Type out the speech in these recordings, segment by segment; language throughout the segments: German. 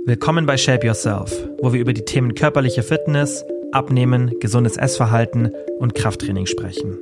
Willkommen bei Shape Yourself, wo wir über die Themen körperliche Fitness, Abnehmen, gesundes Essverhalten und Krafttraining sprechen.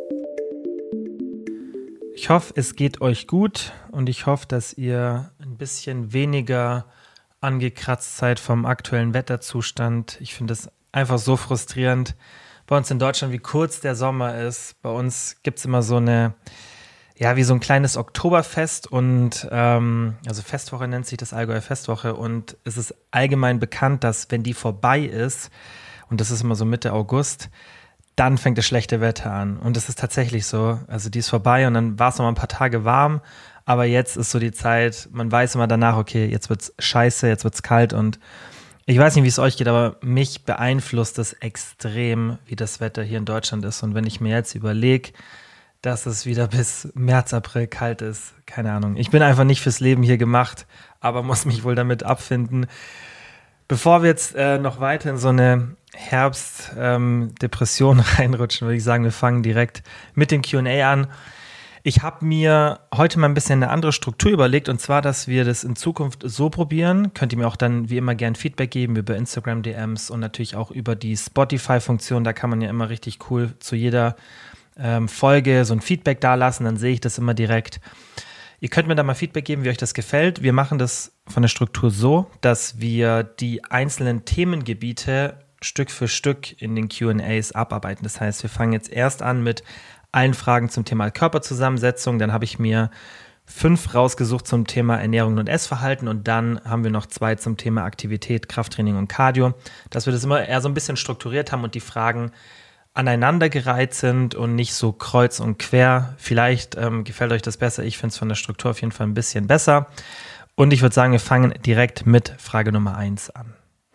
Ich hoffe, es geht euch gut und ich hoffe, dass ihr ein bisschen weniger angekratzt seid vom aktuellen Wetterzustand. Ich finde es einfach so frustrierend bei uns in Deutschland, wie kurz der Sommer ist. Bei uns gibt es immer so eine, wie so ein kleines Oktoberfest und also Festwoche nennt sich das, Allgäuer Festwoche, und es ist allgemein bekannt, dass wenn die vorbei ist, und das ist immer so Mitte August, dann fängt das schlechte Wetter an. Und das ist tatsächlich so. Also die ist vorbei und dann war es noch mal ein paar Tage warm, aber jetzt ist so die Zeit, man weiß immer danach, okay, jetzt wird's scheiße, jetzt wird's kalt, und ich weiß nicht, wie es euch geht, aber mich beeinflusst es extrem, wie das Wetter hier in Deutschland ist. Und wenn ich mir jetzt überlege, dass es wieder bis März, April kalt ist, keine Ahnung. Ich bin einfach nicht fürs Leben hier gemacht, aber muss mich wohl damit abfinden. Bevor wir jetzt noch weiter in so eine Herbstdepression reinrutschen, würde ich sagen, wir fangen direkt mit dem Q&A an. Ich habe mir heute mal ein bisschen eine andere Struktur überlegt, und zwar, dass wir das in Zukunft so probieren. Könnt ihr mir auch dann wie immer gern Feedback geben über Instagram-DMs und natürlich auch über die Spotify-Funktion. Da kann man ja immer richtig cool zu jeder Folge so ein Feedback dalassen, dann sehe ich das immer direkt. Ihr könnt mir da mal Feedback geben, wie euch das gefällt. Wir machen das von der Struktur so, dass wir die einzelnen Themengebiete Stück für Stück in den Q&As abarbeiten. Das heißt, wir fangen jetzt erst an mit allen Fragen zum Thema Körperzusammensetzung. Dann habe ich mir 5 rausgesucht zum Thema Ernährung und Essverhalten, und dann haben wir noch 2 zum Thema Aktivität, Krafttraining und Cardio. Dass wir das immer eher so ein bisschen strukturiert haben und die Fragen aneinandergereiht sind und nicht so kreuz und quer. Vielleicht gefällt euch das besser. Ich finde es von der Struktur auf jeden Fall ein bisschen besser. Und ich würde sagen, wir fangen direkt mit Frage Nummer 1 an.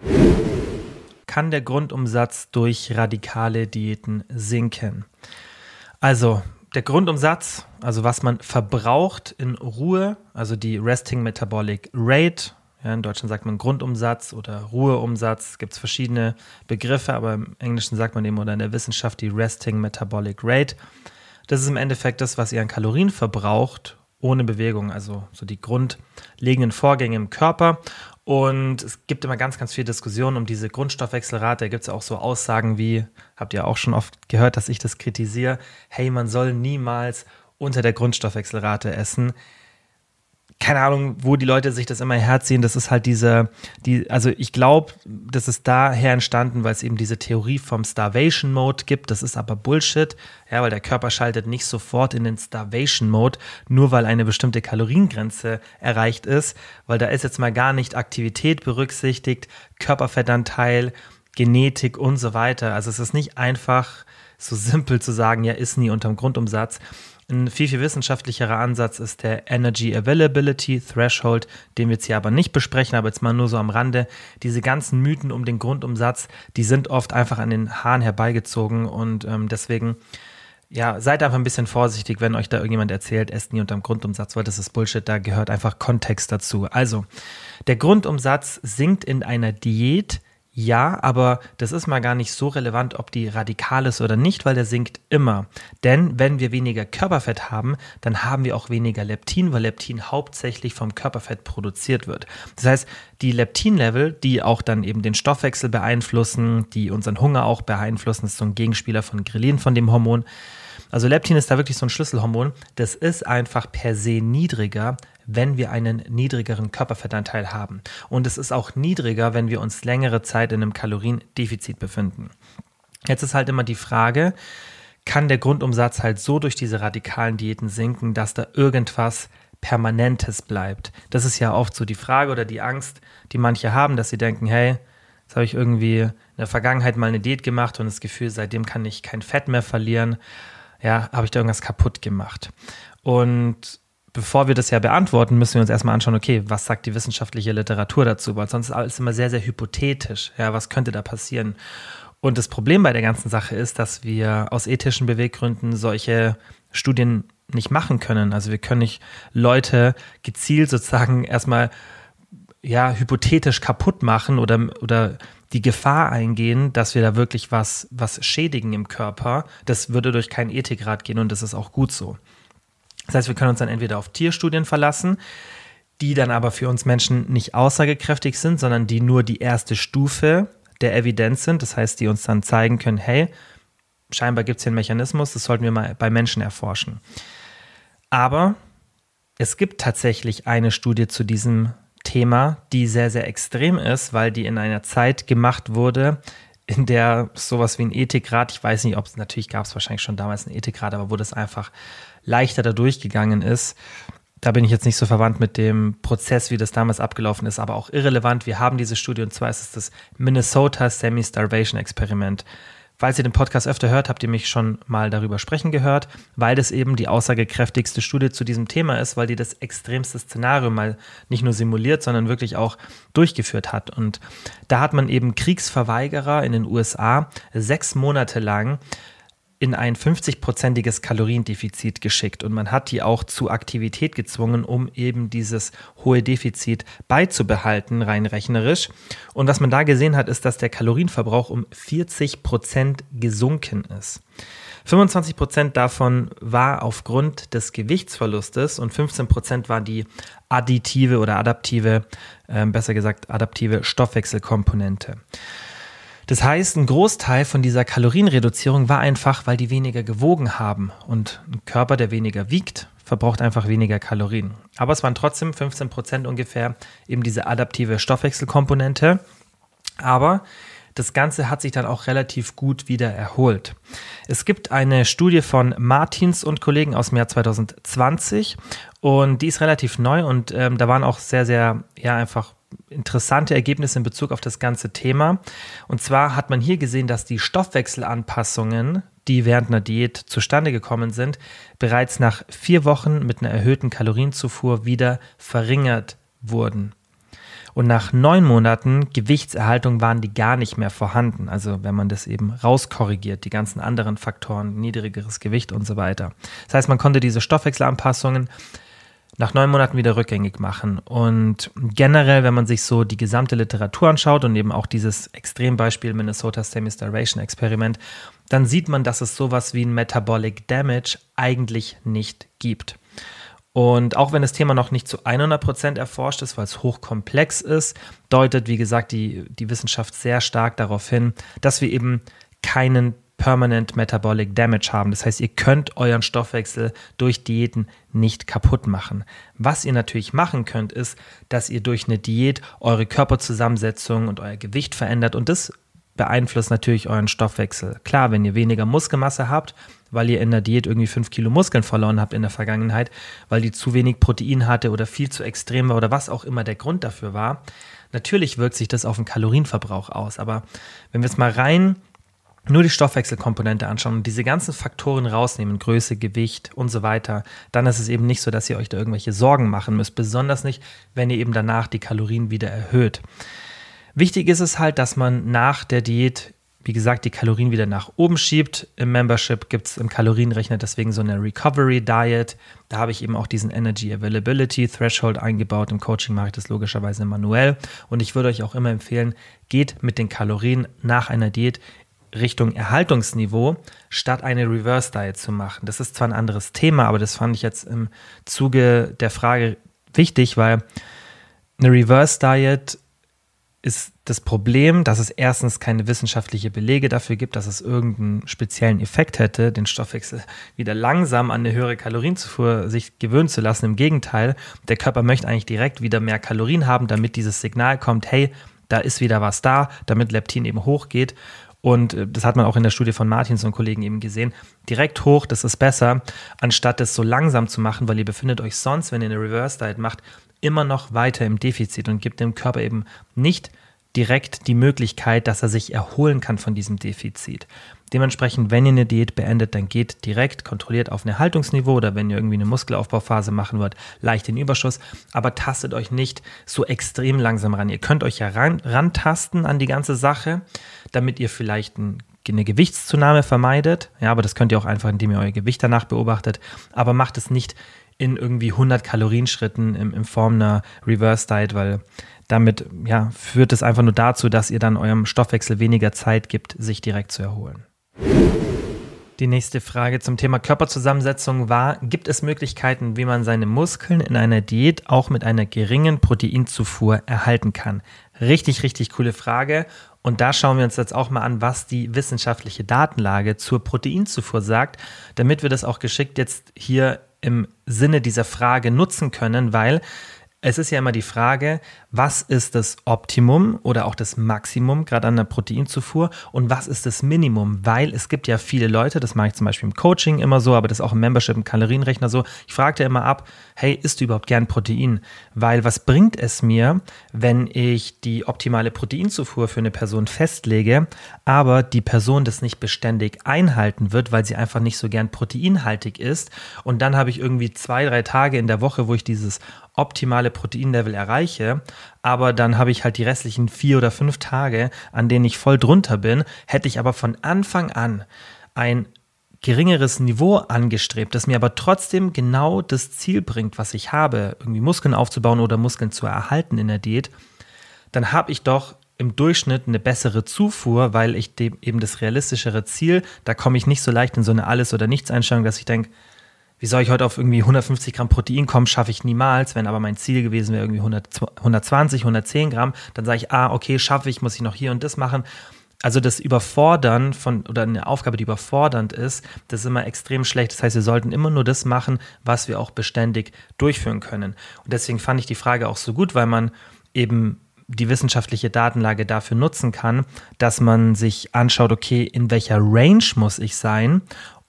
Kann der Grundumsatz durch radikale Diäten sinken? Also der Grundumsatz, also was man verbraucht in Ruhe, also die Resting Metabolic Rate. Ja, in Deutschland sagt man Grundumsatz oder Ruheumsatz, es gibt verschiedene Begriffe, aber im Englischen sagt man eben, oder in der Wissenschaft, die Resting Metabolic Rate. Das ist im Endeffekt das, was ihr an Kalorien verbraucht, ohne Bewegung, also so die grundlegenden Vorgänge im Körper. Und es gibt immer ganz, ganz viel Diskussion um diese Grundstoffwechselrate. Da gibt es auch so Aussagen wie, habt ihr auch schon oft gehört, dass ich das kritisiere, hey, man soll niemals unter der Grundstoffwechselrate essen. Keine Ahnung, wo die Leute sich das immer herziehen. Das ist halt also ich glaube, das ist daher entstanden, weil es eben diese Theorie vom Starvation Mode gibt. Das ist aber Bullshit, ja, weil der Körper schaltet nicht sofort in den Starvation Mode, nur weil eine bestimmte Kaloriengrenze erreicht ist, weil da ist jetzt mal gar nicht Aktivität berücksichtigt, Körperfettanteil, Genetik und so weiter. Also es ist nicht einfach so simpel zu sagen, ja, ist nie unterm Grundumsatz. Ein viel, viel wissenschaftlicherer Ansatz ist der Energy Availability Threshold, den wir jetzt hier aber nicht besprechen, aber jetzt mal nur so am Rande. Diese ganzen Mythen um den Grundumsatz, die sind oft einfach an den Haaren herbeigezogen, und deswegen, ja, seid einfach ein bisschen vorsichtig, wenn euch da irgendjemand erzählt, esst nie unterm Grundumsatz, weil das ist Bullshit, da gehört einfach Kontext dazu. Also, der Grundumsatz sinkt in einer Diät. Ja, aber das ist mal gar nicht so relevant, ob die radikal ist oder nicht, weil der sinkt immer. Denn wenn wir weniger Körperfett haben, dann haben wir auch weniger Leptin, weil Leptin hauptsächlich vom Körperfett produziert wird. Das heißt, die Leptin-Level, die auch dann eben den Stoffwechsel beeinflussen, die unseren Hunger auch beeinflussen, das ist so ein Gegenspieler von Grelin, von dem Hormon. Also Leptin ist da wirklich so ein Schlüsselhormon. Das ist einfach per se niedriger, wenn wir einen niedrigeren Körperfettanteil haben. Und es ist auch niedriger, wenn wir uns längere Zeit in einem Kaloriendefizit befinden. Jetzt ist halt immer die Frage, kann der Grundumsatz halt so durch diese radikalen Diäten sinken, dass da irgendwas Permanentes bleibt? Das ist ja oft so die Frage oder die Angst, die manche haben, dass sie denken, hey, jetzt habe ich irgendwie in der Vergangenheit mal eine Diät gemacht und das Gefühl, seitdem kann ich kein Fett mehr verlieren. Ja, habe ich da irgendwas kaputt gemacht? Und bevor wir das ja beantworten, müssen wir uns erstmal anschauen, okay, was sagt die wissenschaftliche Literatur dazu? Weil sonst ist alles immer sehr, sehr hypothetisch. Ja, was könnte da passieren? Und das Problem bei der ganzen Sache ist, dass wir aus ethischen Beweggründen solche Studien nicht machen können. Also wir können nicht Leute gezielt sozusagen erstmal hypothetisch kaputt machen oder die Gefahr eingehen, dass wir da wirklich was schädigen im Körper. Das würde durch keinen Ethikrat gehen, und das ist auch gut so. Das heißt, wir können uns dann entweder auf Tierstudien verlassen, die dann aber für uns Menschen nicht aussagekräftig sind, sondern die nur die erste Stufe der Evidenz sind. Das heißt, die uns dann zeigen können, hey, scheinbar gibt es hier einen Mechanismus, das sollten wir mal bei Menschen erforschen. Aber es gibt tatsächlich eine Studie zu diesem Thema, die sehr, sehr extrem ist, weil die in einer Zeit gemacht wurde, in der sowas wie ein Ethikrat, ich weiß nicht, ob es, natürlich gab es wahrscheinlich schon damals einen Ethikrat, aber wo das einfach leichter da durchgegangen ist. Da bin ich jetzt nicht so verwandt mit dem Prozess, wie das damals abgelaufen ist, aber auch irrelevant. Wir haben diese Studie und zwar ist es das Minnesota Semi-Starvation Experiment. Falls ihr den Podcast öfter hört, habt ihr mich schon mal darüber sprechen gehört, weil das eben die aussagekräftigste Studie zu diesem Thema ist, weil die das extremste Szenario mal nicht nur simuliert, sondern wirklich auch durchgeführt hat. Und da hat man eben Kriegsverweigerer in den USA 6 Monate lang in ein 50-prozentiges Kaloriendefizit geschickt und man hat die auch zu Aktivität gezwungen, um eben dieses hohe Defizit beizubehalten, rein rechnerisch. Und was man da gesehen hat, ist, dass der Kalorienverbrauch um 40% gesunken ist. 25% davon war aufgrund des Gewichtsverlustes und 15% war die additive oder adaptive, besser gesagt adaptive Stoffwechselkomponente. Das heißt, ein Großteil von dieser Kalorienreduzierung war einfach, weil die weniger gewogen haben. Und ein Körper, der weniger wiegt, verbraucht einfach weniger Kalorien. Aber es waren trotzdem 15% ungefähr eben diese adaptive Stoffwechselkomponente. Aber das Ganze hat sich dann auch relativ gut wieder erholt. Es gibt eine Studie von Martins und Kollegen aus dem Jahr 2020 und die ist relativ neu und da waren auch sehr, sehr, einfach interessante Ergebnisse in Bezug auf das ganze Thema. Und zwar hat man hier gesehen, dass die Stoffwechselanpassungen, die während einer Diät zustande gekommen sind, bereits nach 4 Wochen mit einer erhöhten Kalorienzufuhr wieder verringert wurden. Und nach 9 Monaten Gewichtserhaltung waren die gar nicht mehr vorhanden. Also wenn man das eben rauskorrigiert, die ganzen anderen Faktoren, niedrigeres Gewicht und so weiter. Das heißt, man konnte diese Stoffwechselanpassungen nach 9 Monaten wieder rückgängig machen. Und generell, wenn man sich so die gesamte Literatur anschaut und eben auch dieses Extrembeispiel Minnesota Semi-Starvation Experiment, dann sieht man, dass es sowas wie ein Metabolic Damage eigentlich nicht gibt. Und auch wenn das Thema noch nicht zu 100% erforscht ist, weil es hochkomplex ist, deutet, wie gesagt, die Wissenschaft sehr stark darauf hin, dass wir eben keinen Permanent Metabolic Damage haben. Das heißt, ihr könnt euren Stoffwechsel durch Diäten nicht kaputt machen. Was ihr natürlich machen könnt, ist, dass ihr durch eine Diät eure Körperzusammensetzung und euer Gewicht verändert und das beeinflusst natürlich euren Stoffwechsel. Klar, wenn ihr weniger Muskelmasse habt, weil ihr in der Diät irgendwie 5 Kilo Muskeln verloren habt in der Vergangenheit, weil die zu wenig Protein hatte oder viel zu extrem war oder was auch immer der Grund dafür war, natürlich wirkt sich das auf den Kalorienverbrauch aus. Aber wenn wir jetzt mal rein nur die Stoffwechselkomponente anschauen und diese ganzen Faktoren rausnehmen, Größe, Gewicht und so weiter, dann ist es eben nicht so, dass ihr euch da irgendwelche Sorgen machen müsst, besonders nicht, wenn ihr eben danach die Kalorien wieder erhöht. Wichtig ist es halt, dass man nach der Diät, wie gesagt, die Kalorien wieder nach oben schiebt. Im Membership gibt es im Kalorienrechner deswegen so eine Recovery Diet. Da habe ich eben auch diesen Energy Availability Threshold eingebaut. Im Coaching mache ich das logischerweise manuell. Und ich würde euch auch immer empfehlen, geht mit den Kalorien nach einer Diät Richtung Erhaltungsniveau, statt eine Reverse Diet zu machen. Das ist zwar ein anderes Thema, aber das fand ich jetzt im Zuge der Frage wichtig, weil eine Reverse Diet ist das Problem, dass es erstens keine wissenschaftlichen Belege dafür gibt, dass es irgendeinen speziellen Effekt hätte, den Stoffwechsel wieder langsam an eine höhere Kalorienzufuhr sich gewöhnen zu lassen. Im Gegenteil, der Körper möchte eigentlich direkt wieder mehr Kalorien haben, damit dieses Signal kommt, hey, da ist wieder was da, damit Leptin eben hochgeht. Und das hat man auch in der Studie von Martins und Kollegen eben gesehen. Direkt hoch, das ist besser, anstatt das so langsam zu machen, weil ihr befindet euch sonst, wenn ihr eine Reverse Diet macht, immer noch weiter im Defizit und gibt dem Körper eben nicht direkt die Möglichkeit, dass er sich erholen kann von diesem Defizit. Dementsprechend, wenn ihr eine Diät beendet, dann geht direkt kontrolliert auf ein Erhaltungsniveau oder wenn ihr irgendwie eine Muskelaufbauphase machen wollt, leicht den Überschuss, aber tastet euch nicht so extrem langsam ran. Ihr könnt euch ja rantasten an die ganze Sache, damit ihr vielleicht eine Gewichtszunahme vermeidet. Ja, aber das könnt ihr auch einfach, indem ihr euer Gewicht danach beobachtet, aber macht es nicht in irgendwie 100 Kalorienschritten in Form einer Reverse Diet, weil damit führt es einfach nur dazu, dass ihr dann eurem Stoffwechsel weniger Zeit gibt, sich direkt zu erholen. Die nächste Frage zum Thema Körperzusammensetzung war: Gibt es Möglichkeiten, wie man seine Muskeln in einer Diät auch mit einer geringen Proteinzufuhr erhalten kann? Richtig, richtig coole Frage. Und da schauen wir uns jetzt auch mal an, was die wissenschaftliche Datenlage zur Proteinzufuhr sagt, damit wir das auch geschickt jetzt hier im Sinne dieser Frage nutzen können, weil es ist ja immer die Frage, was ist das Optimum oder auch das Maximum gerade an der Proteinzufuhr und was ist das Minimum, weil es gibt ja viele Leute, das mache ich zum Beispiel im Coaching immer so, aber das ist auch im Membership, im Kalorienrechner so, ich frage dir immer ab, hey, isst du überhaupt gern Protein? Weil was bringt es mir, wenn ich die optimale Proteinzufuhr für eine Person festlege, aber die Person das nicht beständig einhalten wird, weil sie einfach nicht so gern proteinhaltig ist und dann habe ich irgendwie 2-3 Tage in der Woche, wo ich dieses optimale Proteinlevel erreiche, aber dann habe ich halt die restlichen 4 oder 5 Tage, an denen ich voll drunter bin, hätte ich aber von Anfang an ein geringeres Niveau angestrebt, das mir aber trotzdem genau das Ziel bringt, was ich habe, irgendwie Muskeln aufzubauen oder Muskeln zu erhalten in der Diät, dann habe ich doch im Durchschnitt eine bessere Zufuhr, weil ich eben das realistischere Ziel, da komme ich nicht so leicht in so eine Alles-oder-Nichts-Einstellung, dass ich denke, wie soll ich heute auf irgendwie 150 Gramm Protein kommen, schaffe ich niemals. Wenn aber mein Ziel gewesen wäre, irgendwie 120, 110 Gramm, dann sage ich, okay, schaffe ich, muss ich noch hier und das machen. Also das Überfordern oder eine Aufgabe, die überfordernd ist, das ist immer extrem schlecht. Das heißt, wir sollten immer nur das machen, was wir auch beständig durchführen können. Und deswegen fand ich die Frage auch so gut, weil man eben die wissenschaftliche Datenlage dafür nutzen kann, dass man sich anschaut, okay, in welcher Range muss ich sein,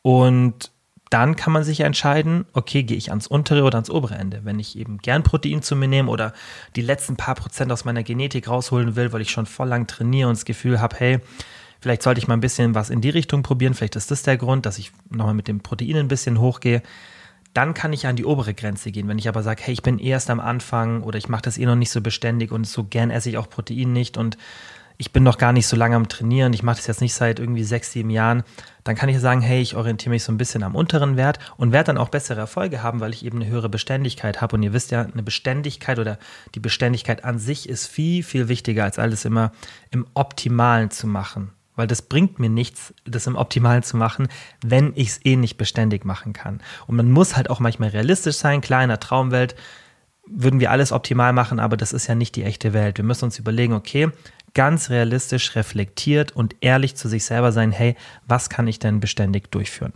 und dann kann man sich entscheiden, okay, gehe ich ans untere oder ans obere Ende. Wenn ich eben gern Protein zu mir nehme oder die letzten paar Prozent aus meiner Genetik rausholen will, weil ich schon voll lang trainiere und das Gefühl habe, hey, vielleicht sollte ich mal ein bisschen was in die Richtung probieren, vielleicht ist das der Grund, dass ich nochmal mit dem Protein ein bisschen hochgehe, dann kann ich an die obere Grenze gehen. Wenn ich aber sage, hey, ich bin erst am Anfang oder ich mache das noch nicht so beständig und so gern esse ich auch Protein nicht und ich bin noch gar nicht so lange am Trainieren, ich mache das jetzt nicht seit irgendwie 6, 7 Jahren, dann kann ich sagen, hey, ich orientiere mich so ein bisschen am unteren Wert und werde dann auch bessere Erfolge haben, weil ich eben eine höhere Beständigkeit habe. Und ihr wisst ja, eine Beständigkeit oder die Beständigkeit an sich ist viel, viel wichtiger, als alles immer im Optimalen zu machen. Weil das bringt mir nichts, das im Optimalen zu machen, wenn ich es nicht beständig machen kann. Und man muss halt auch manchmal realistisch sein. Klar, in der Traumwelt würden wir alles optimal machen, aber das ist ja nicht die echte Welt. Wir müssen uns überlegen, okay, ganz realistisch, reflektiert und ehrlich zu sich selber sein, hey, was kann ich denn beständig durchführen?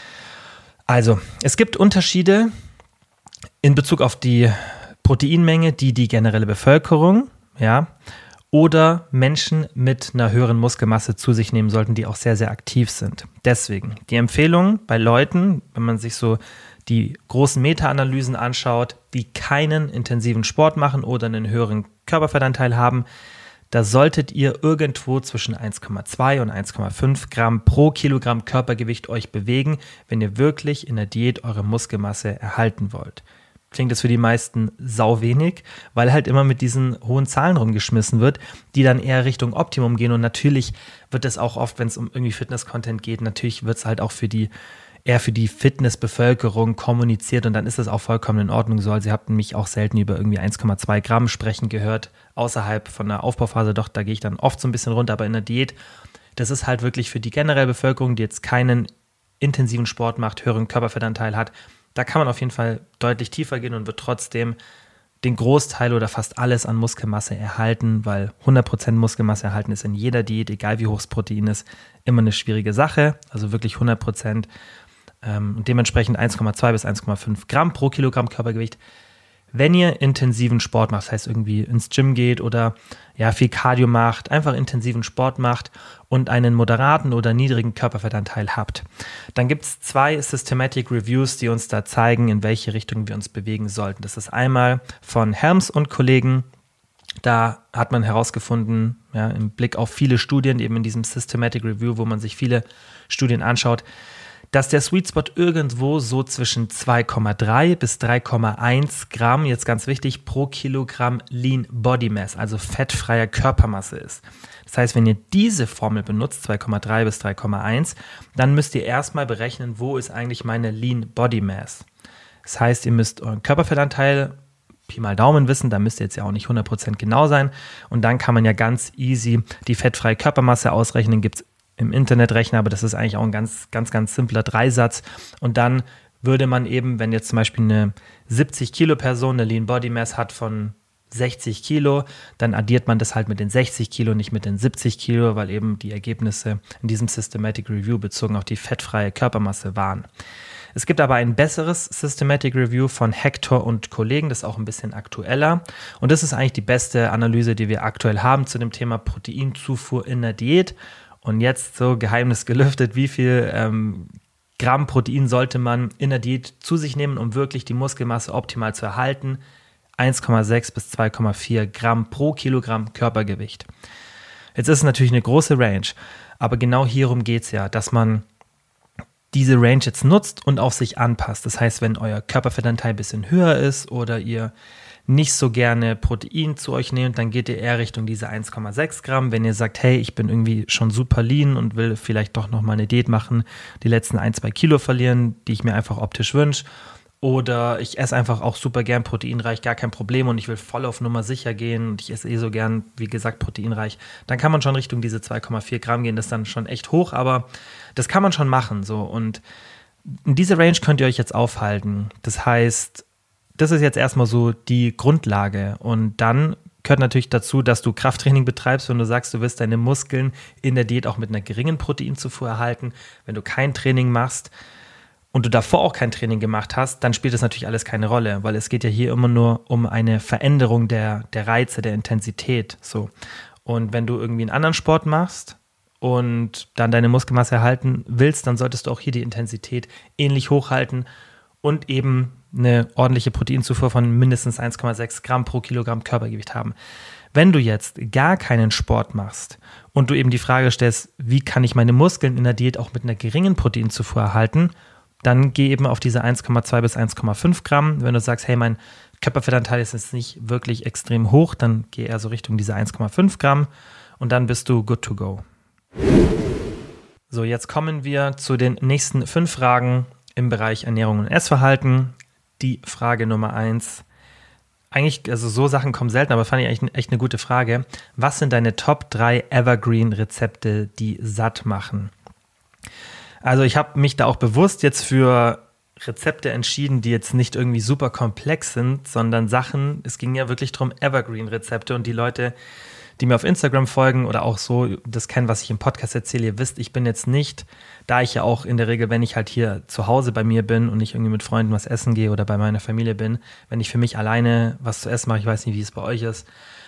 Also, es gibt Unterschiede in Bezug auf die Proteinmenge, die generelle Bevölkerung, ja, oder Menschen mit einer höheren Muskelmasse zu sich nehmen sollten, die auch sehr, sehr aktiv sind. Deswegen die Empfehlung bei Leuten, wenn man sich so die großen Meta-Analysen anschaut, die keinen intensiven Sport machen oder einen höheren Körperfettanteil haben, da solltet ihr irgendwo zwischen 1,2 und 1,5 Gramm pro Kilogramm Körpergewicht euch bewegen, wenn ihr wirklich in der Diät eure Muskelmasse erhalten wollt. Klingt das für die meisten sau wenig, weil halt immer mit diesen hohen Zahlen rumgeschmissen wird, die dann eher Richtung Optimum gehen. Und natürlich wird es auch oft, wenn es um irgendwie Fitness-Content geht, natürlich wird es halt auch eher für die Fitnessbevölkerung kommuniziert und dann ist das auch vollkommen in Ordnung so. Also ihr habt mich auch selten über irgendwie 1,2 Gramm sprechen gehört, außerhalb von der Aufbauphase. Doch, da gehe ich dann oft so ein bisschen runter, aber in der Diät, das ist halt wirklich für die generelle Bevölkerung, die jetzt keinen intensiven Sport macht, höheren Körperfettanteil hat. Da kann man auf jeden Fall deutlich tiefer gehen und wird trotzdem den Großteil oder fast alles an Muskelmasse erhalten, weil 100% Muskelmasse erhalten ist in jeder Diät, egal wie hoch das Protein ist, immer eine schwierige Sache. Also wirklich 100%. Und dementsprechend 1,2 bis 1,5 Gramm pro Kilogramm Körpergewicht. Wenn ihr intensiven Sport macht, das heißt irgendwie ins Gym geht oder ja viel Cardio macht, einfach intensiven Sport macht und einen moderaten oder niedrigen Körperfettanteil habt, dann gibt es 2 Systematic Reviews, die uns da zeigen, in welche Richtung wir uns bewegen sollten. Das ist einmal von Helms und Kollegen. Da hat man herausgefunden, ja, im Blick auf viele Studien, eben in diesem Systematic Review, wo man sich viele Studien anschaut, dass der Sweet Spot irgendwo so zwischen 2,3 bis 3,1 Gramm, jetzt ganz wichtig, pro Kilogramm Lean Body Mass, also fettfreier Körpermasse ist. Das heißt, wenn ihr diese Formel benutzt, 2,3 bis 3,1, dann müsst ihr erstmal berechnen, wo ist eigentlich meine Lean Body Mass. Das heißt, ihr müsst euren Körperfettanteil Pi mal Daumen wissen, da müsst ihr jetzt ja auch nicht 100% genau sein und dann kann man ja ganz easy die fettfreie Körpermasse ausrechnen, gibt es im Internet rechnen, aber das ist eigentlich auch ein ganz, ganz, ganz simpler Dreisatz. Und dann würde man eben, wenn jetzt zum Beispiel eine 70 Kilo Person eine Lean Body Mass hat von 60 Kilo, dann addiert man das halt mit den 60 Kilo, nicht mit den 70 Kilo, weil eben die Ergebnisse in diesem Systematic Review bezogen auf die fettfreie Körpermasse waren. Es gibt aber ein besseres Systematic Review von Hector und Kollegen, das ist auch ein bisschen aktueller. Und das ist eigentlich die beste Analyse, die wir aktuell haben zu dem Thema Proteinzufuhr in der Diät. Und jetzt so Geheimnis gelüftet, wie viel Gramm Protein sollte man in der Diät zu sich nehmen, um wirklich die Muskelmasse optimal zu erhalten? 1,6 bis 2,4 Gramm pro Kilogramm Körpergewicht. Jetzt ist es natürlich eine große Range, aber genau hierum geht es ja, dass man diese Range jetzt nutzt und auf sich anpasst. Das heißt, wenn euer Körperfettanteil ein bisschen höher ist oder ihr nicht so gerne Protein zu euch nehmt, dann geht ihr eher Richtung diese 1,6 Gramm. Wenn ihr sagt, hey, ich bin irgendwie schon super lean und will vielleicht doch nochmal eine Diät machen, die letzten 1-2 Kilo verlieren, die ich mir einfach optisch wünsche, oder ich esse einfach auch super gern proteinreich, gar kein Problem und ich will voll auf Nummer sicher gehen und ich esse so gern, wie gesagt, proteinreich, dann kann man schon Richtung diese 2,4 Gramm gehen, das ist dann schon echt hoch, aber das kann man schon machen, so. Und in diese Range könnt ihr euch jetzt aufhalten. Das heißt, das ist jetzt erstmal so die Grundlage und dann gehört natürlich dazu, dass du Krafttraining betreibst, wenn du sagst, du wirst deine Muskeln in der Diät auch mit einer geringen Proteinzufuhr erhalten. Wenn du kein Training machst und du davor auch kein Training gemacht hast, dann spielt das natürlich alles keine Rolle, weil es geht ja hier immer nur um eine Veränderung der Reize, der Intensität. So. Und wenn du irgendwie einen anderen Sport machst und dann deine Muskelmasse erhalten willst, dann solltest du auch hier die Intensität ähnlich hochhalten und eben eine ordentliche Proteinzufuhr von mindestens 1,6 Gramm pro Kilogramm Körpergewicht haben. Wenn du jetzt gar keinen Sport machst und du eben die Frage stellst, wie kann ich meine Muskeln in der Diät auch mit einer geringen Proteinzufuhr erhalten, dann geh eben auf diese 1,2 bis 1,5 Gramm. Wenn du sagst, hey, mein Körperfettanteil ist jetzt nicht wirklich extrem hoch, dann geh eher so Richtung diese 1,5 Gramm und dann bist du good to go. So, jetzt kommen wir zu den nächsten 5 Fragen im Bereich Ernährung und Essverhalten. Die Frage Nummer 1. Eigentlich, also so Sachen kommen selten, aber fand ich eigentlich echt eine gute Frage. Was sind deine Top 3 Evergreen-Rezepte, die satt machen? Also ich habe mich da auch bewusst jetzt für Rezepte entschieden, die jetzt nicht irgendwie super komplex sind, sondern Sachen, es ging ja wirklich darum, Evergreen-Rezepte und die Leute, die mir auf Instagram folgen oder auch so das kennen, was ich im Podcast erzähle, ihr wisst, ich bin jetzt nicht, da ich ja auch in der Regel, wenn ich halt hier zu Hause bei mir bin und nicht irgendwie mit Freunden was essen gehe oder bei meiner Familie bin, wenn ich für mich alleine was zu essen mache, ich weiß nicht, wie es bei euch ist,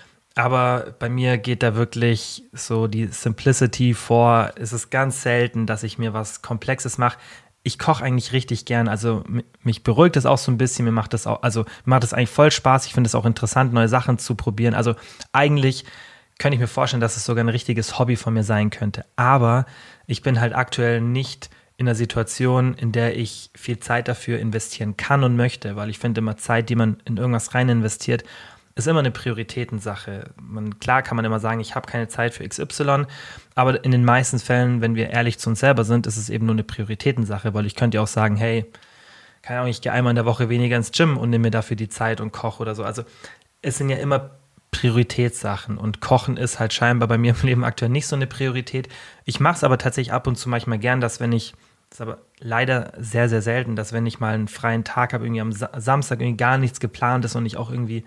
aber bei mir geht da wirklich so die Simplicity vor. Es ist ganz selten, dass ich mir was Komplexes mache. Ich koche eigentlich richtig gern, also mich beruhigt das auch so ein bisschen, mir macht das eigentlich voll Spaß. Ich finde es auch interessant, neue Sachen zu probieren. Also eigentlich könnte ich mir vorstellen, dass es sogar ein richtiges Hobby von mir sein könnte. Aber ich bin halt aktuell nicht in einer Situation, in der ich viel Zeit dafür investieren kann und möchte, weil ich finde immer Zeit, die man in irgendwas rein investiert, ist immer eine Prioritätensache. Klar kann man immer sagen, ich habe keine Zeit für XY, aber in den meisten Fällen, wenn wir ehrlich zu uns selber sind, ist es eben nur eine Prioritätensache, weil ich könnte ja auch sagen, hey, keine Ahnung, ich gehe einmal in der Woche weniger ins Gym und nehme mir dafür die Zeit und koche oder so. Also es sind ja immer Prioritätssachen und Kochen ist halt scheinbar bei mir im Leben aktuell nicht so eine Priorität. Ich mache es aber tatsächlich ab und zu manchmal gern, das ist aber leider sehr, sehr selten, dass wenn ich mal einen freien Tag habe, irgendwie am Samstag irgendwie gar nichts geplant ist und ich auch irgendwie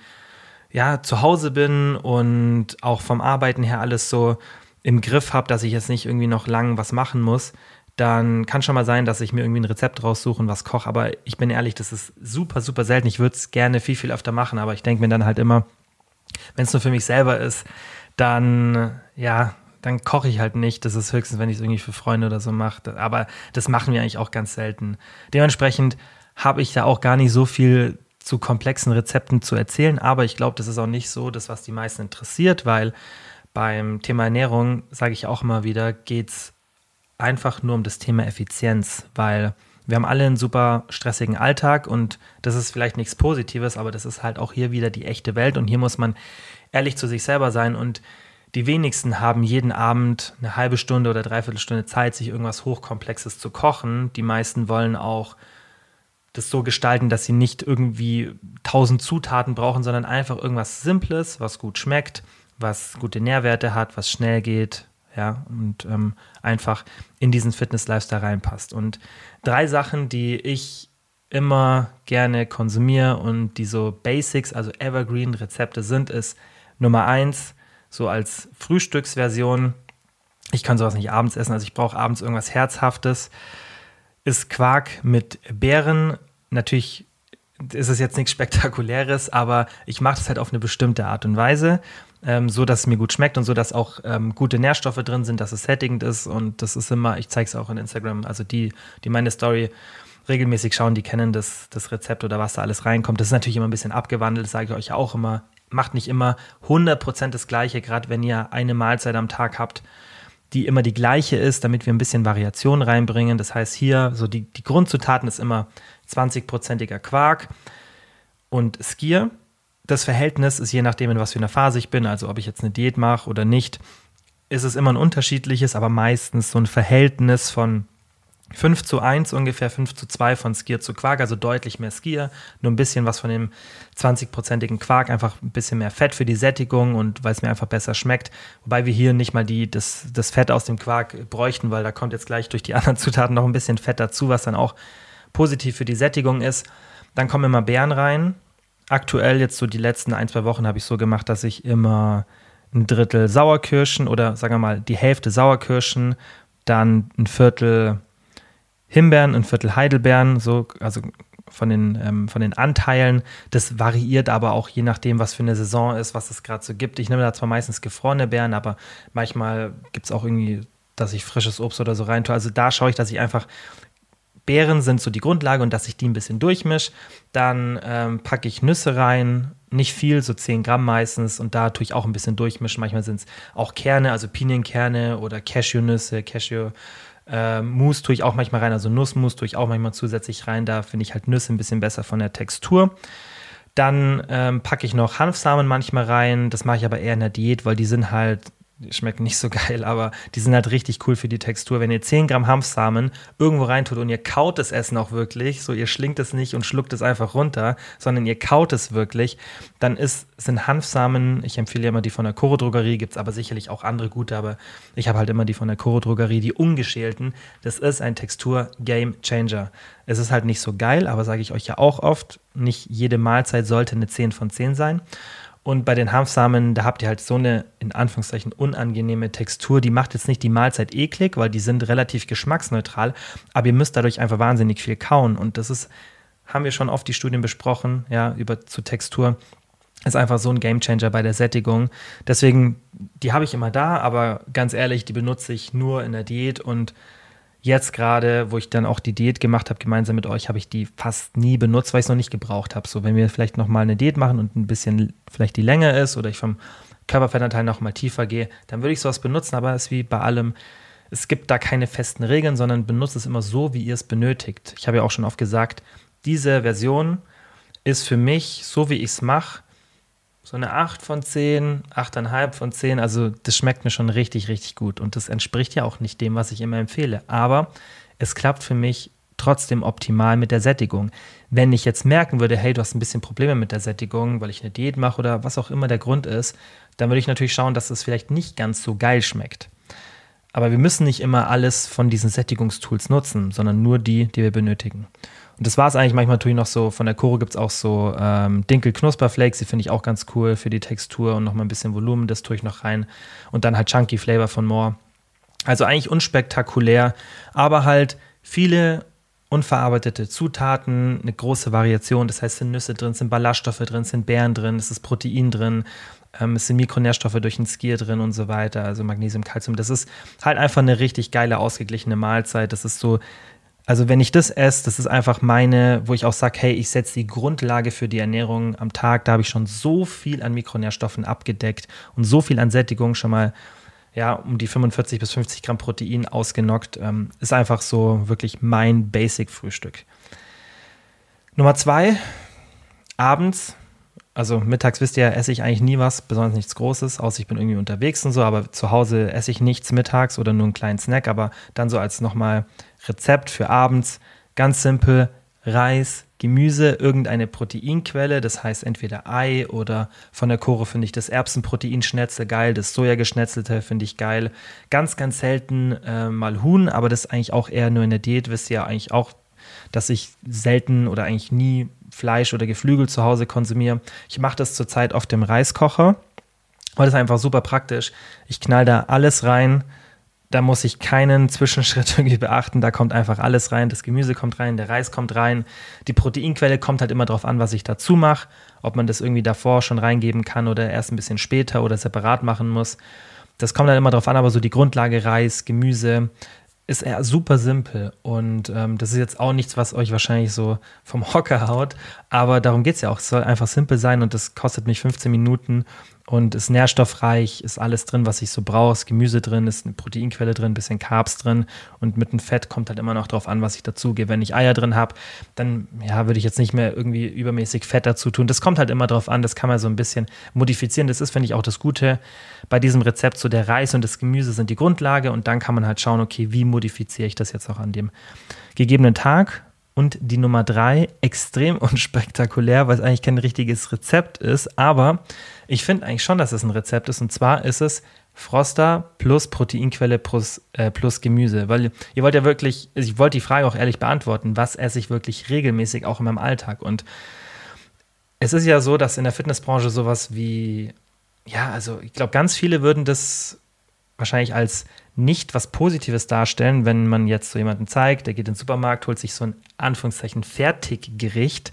zu Hause bin und auch vom Arbeiten her alles so im Griff habe, dass ich jetzt nicht irgendwie noch lang was machen muss, dann kann schon mal sein, dass ich mir irgendwie ein Rezept raussuche und was koche. Aber ich bin ehrlich, das ist super, super selten. Ich würde es gerne viel, viel öfter machen, aber ich denke mir dann halt immer, wenn es nur für mich selber ist, dann koche ich halt nicht. Das ist höchstens, wenn ich es irgendwie für Freunde oder so mache. Aber das machen wir eigentlich auch ganz selten. Dementsprechend habe ich da auch gar nicht so viel zu komplexen Rezepten zu erzählen, aber ich glaube, das ist auch nicht so das, was die meisten interessiert, weil beim Thema Ernährung, sage ich auch immer wieder, geht es einfach nur um das Thema Effizienz, weil wir haben alle einen super stressigen Alltag und das ist vielleicht nichts Positives, aber das ist halt auch hier wieder die echte Welt und hier muss man ehrlich zu sich selber sein und die wenigsten haben jeden Abend eine halbe Stunde oder dreiviertel Stunde Zeit, sich irgendwas Hochkomplexes zu kochen. Die meisten wollen auch das so gestalten, dass sie nicht irgendwie 1000 Zutaten brauchen, sondern einfach irgendwas Simples, was gut schmeckt, was gute Nährwerte hat, was schnell geht, ja, und einfach in diesen Fitness-Lifestyle reinpasst. Und 3 Sachen, die ich immer gerne konsumiere und die so Basics, also Evergreen-Rezepte sind, ist Nummer 1, so als Frühstücksversion, ich kann sowas nicht abends essen, also ich brauche abends irgendwas Herzhaftes, ist Quark mit Beeren. Natürlich ist es jetzt nichts Spektakuläres, aber ich mache das halt auf eine bestimmte Art und Weise, so dass es mir gut schmeckt und so, dass auch gute Nährstoffe drin sind, dass es sättigend ist und das ist immer, ich zeige es auch in Instagram, also die meine Story regelmäßig schauen, die kennen das Rezept oder was da alles reinkommt. Das ist natürlich immer ein bisschen abgewandelt, das sage ich euch ja auch immer. Macht nicht immer 100% das Gleiche, gerade wenn ihr eine Mahlzeit am Tag habt, die immer die gleiche ist, damit wir ein bisschen Variation reinbringen. Das heißt hier, so die Grundzutaten ist immer 20%iger Quark und Skyr. Das Verhältnis ist je nachdem, in was für einer Phase ich bin, also ob ich jetzt eine Diät mache oder nicht, ist es immer ein unterschiedliches, aber meistens so ein Verhältnis von 5:1, ungefähr 5:2 von Skyr zu Quark, also deutlich mehr Skyr, nur ein bisschen was von dem 20%igen Quark, einfach ein bisschen mehr Fett für die Sättigung und weil es mir einfach besser schmeckt. Wobei wir hier nicht mal das Fett aus dem Quark bräuchten, weil da kommt jetzt gleich durch die anderen Zutaten noch ein bisschen Fett dazu, was dann auch positiv für die Sättigung ist. Dann kommen immer Beeren rein. Aktuell jetzt so die letzten 1-2 Wochen habe ich so gemacht, dass ich immer ein Drittel Sauerkirschen oder sagen wir mal die Hälfte Sauerkirschen, dann ein Viertel Himbeeren, ein Viertel Heidelbeeren, so, also von den Anteilen. Das variiert aber auch je nachdem, was für eine Saison ist, was es gerade so gibt. Ich nehme da zwar meistens gefrorene Beeren, aber manchmal gibt es auch irgendwie, dass ich frisches Obst oder so rein tue. Also da schaue ich, dass ich einfach, Beeren sind so die Grundlage und dass ich die ein bisschen durchmische. Dann packe ich Nüsse rein, nicht viel, so 10 Gramm meistens und da tue ich auch ein bisschen durchmischen. Manchmal sind es auch Kerne, also Pinienkerne oder Cashewnüsse, Mousse tue ich auch manchmal rein, also Nussmus tue ich auch manchmal zusätzlich rein. Da finde ich halt Nüsse ein bisschen besser von der Textur. Dann packe ich noch Hanfsamen manchmal rein. Das mache ich aber eher in der Diät, weil die sind halt, die schmecken nicht so geil, aber die sind halt richtig cool für die Textur. Wenn ihr 10 Gramm Hanfsamen irgendwo reintut und ihr kaut das Essen auch wirklich, so ihr schlingt es nicht und schluckt es einfach runter, sondern ihr kaut es wirklich, dann sind Hanfsamen, ich empfehle ja immer die von der Coro Drogerie, gibt es aber sicherlich auch andere gute, aber ich habe halt immer die von der Coro Drogerie, die ungeschälten. Das ist ein Textur-Game-Changer. Es ist halt nicht so geil, aber sage ich euch ja auch oft, nicht jede Mahlzeit sollte eine 10 von 10 sein. Und bei den Hanfsamen, da habt ihr halt so eine, in Anführungszeichen, unangenehme Textur. Die macht jetzt nicht die Mahlzeit eklig, weil die sind relativ geschmacksneutral, aber ihr müsst dadurch einfach wahnsinnig viel kauen. Und das haben wir schon oft die Studien besprochen, ja, zu Textur. Ist einfach so ein Gamechanger bei der Sättigung. Deswegen, die habe ich immer da, aber ganz ehrlich, die benutze ich nur in der Diät und jetzt gerade, wo ich dann auch die Diät gemacht habe, gemeinsam mit euch, habe ich die fast nie benutzt, weil ich es noch nicht gebraucht habe. So, wenn wir vielleicht nochmal eine Diät machen und ein bisschen vielleicht die Länge ist oder ich vom Körperfettanteil nochmal tiefer gehe, dann würde ich sowas benutzen, aber es ist wie bei allem, es gibt da keine festen Regeln, sondern benutzt es immer so, wie ihr es benötigt. Ich habe ja auch schon oft gesagt, diese Version ist für mich, so wie ich es mache, so eine 8 von 10, 8,5 von 10, also das schmeckt mir schon richtig, richtig gut und das entspricht ja auch nicht dem, was ich immer empfehle, aber es klappt für mich trotzdem optimal mit der Sättigung. Wenn ich jetzt merken würde, hey, du hast ein bisschen Probleme mit der Sättigung, weil ich eine Diät mache oder was auch immer der Grund ist, dann würde ich natürlich schauen, dass es vielleicht nicht ganz so geil schmeckt. Aber wir müssen nicht immer alles von diesen Sättigungstools nutzen, sondern nur die wir benötigen. Und das war es eigentlich. Manchmal tue ich noch so, von der Coro gibt es auch so Dinkel-Knusperflakes, die finde ich auch ganz cool für die Textur und nochmal ein bisschen Volumen, das tue ich noch rein. Und dann halt Chunky Flavor von More. Also eigentlich unspektakulär, aber halt viele unverarbeitete Zutaten, eine große Variation. Das heißt, es sind Nüsse drin, es sind Ballaststoffe drin, es sind Beeren drin, es ist Protein drin, es sind Mikronährstoffe durch den Skyr drin und so weiter, also Magnesium, Calcium. Das ist halt einfach eine richtig geile, ausgeglichene Mahlzeit. Das ist so, also wenn ich das esse, das ist einfach wo ich auch sage, hey, ich setze die Grundlage für die Ernährung am Tag. Da habe ich schon so viel an Mikronährstoffen abgedeckt und so viel an Sättigung schon mal, ja, um die 45 bis 50 Gramm Protein ausgenockt. Ist einfach so wirklich mein Basic-Frühstück. Nummer 2, abends, also mittags wisst ihr, esse ich eigentlich nie was, besonders nichts Großes, außer ich bin irgendwie unterwegs und so, aber zu Hause esse ich nichts mittags oder nur einen kleinen Snack, aber dann so als nochmal Rezept für abends, ganz simpel, Reis, Gemüse, irgendeine Proteinquelle, das heißt entweder Ei oder von der Koro finde ich das Erbsenproteinschnetzel geil, das Sojageschnetzelte finde ich geil. Ganz, ganz selten mal Huhn, aber das ist eigentlich auch eher nur in der Diät, wisst ihr ja eigentlich auch, dass ich selten oder eigentlich nie Fleisch oder Geflügel zu Hause konsumiere. Ich mache das zurzeit auf dem Reiskocher, weil das ist einfach super praktisch. Ich knall da alles rein, da muss ich keinen Zwischenschritt irgendwie beachten, da kommt einfach alles rein, das Gemüse kommt rein, der Reis kommt rein, die Proteinquelle kommt halt immer darauf an, was ich dazu mache, ob man das irgendwie davor schon reingeben kann oder erst ein bisschen später oder separat machen muss. Das kommt halt immer darauf an, aber so die Grundlage Reis, Gemüse ist eher super simpel und das ist jetzt auch nichts, was euch wahrscheinlich so vom Hocker haut, aber darum geht es ja auch, es soll einfach simpel sein und das kostet mich 15 Minuten und ist nährstoffreich, ist alles drin, was ich so brauche, ist Gemüse drin, ist eine Proteinquelle drin, ein bisschen Carbs drin und mit dem Fett kommt halt immer noch drauf an, was ich dazugebe. Wenn ich Eier drin habe, dann ja, würde ich jetzt nicht mehr irgendwie übermäßig Fett dazu tun. Das kommt halt immer drauf an, das kann man so ein bisschen modifizieren. Das ist, finde ich, auch das Gute bei diesem Rezept, so der Reis und das Gemüse sind die Grundlage und dann kann man halt schauen, okay, wie modifiziere ich das jetzt auch an dem gegebenen Tag. Und die Nummer 3, extrem unspektakulär, weil es eigentlich kein richtiges Rezept ist, aber ich finde eigentlich schon, dass es ein Rezept ist. Und zwar ist es Froster plus Proteinquelle plus Gemüse. Weil ihr wollt ja wirklich, ich wollte die Frage auch ehrlich beantworten, was esse ich wirklich regelmäßig auch in meinem Alltag? Und es ist ja so, dass in der Fitnessbranche sowas wie, ja, also ich glaube, ganz viele würden das wahrscheinlich als nicht was Positives darstellen, wenn man jetzt so jemanden zeigt, der geht in den Supermarkt, holt sich so ein Anführungszeichen Fertiggericht,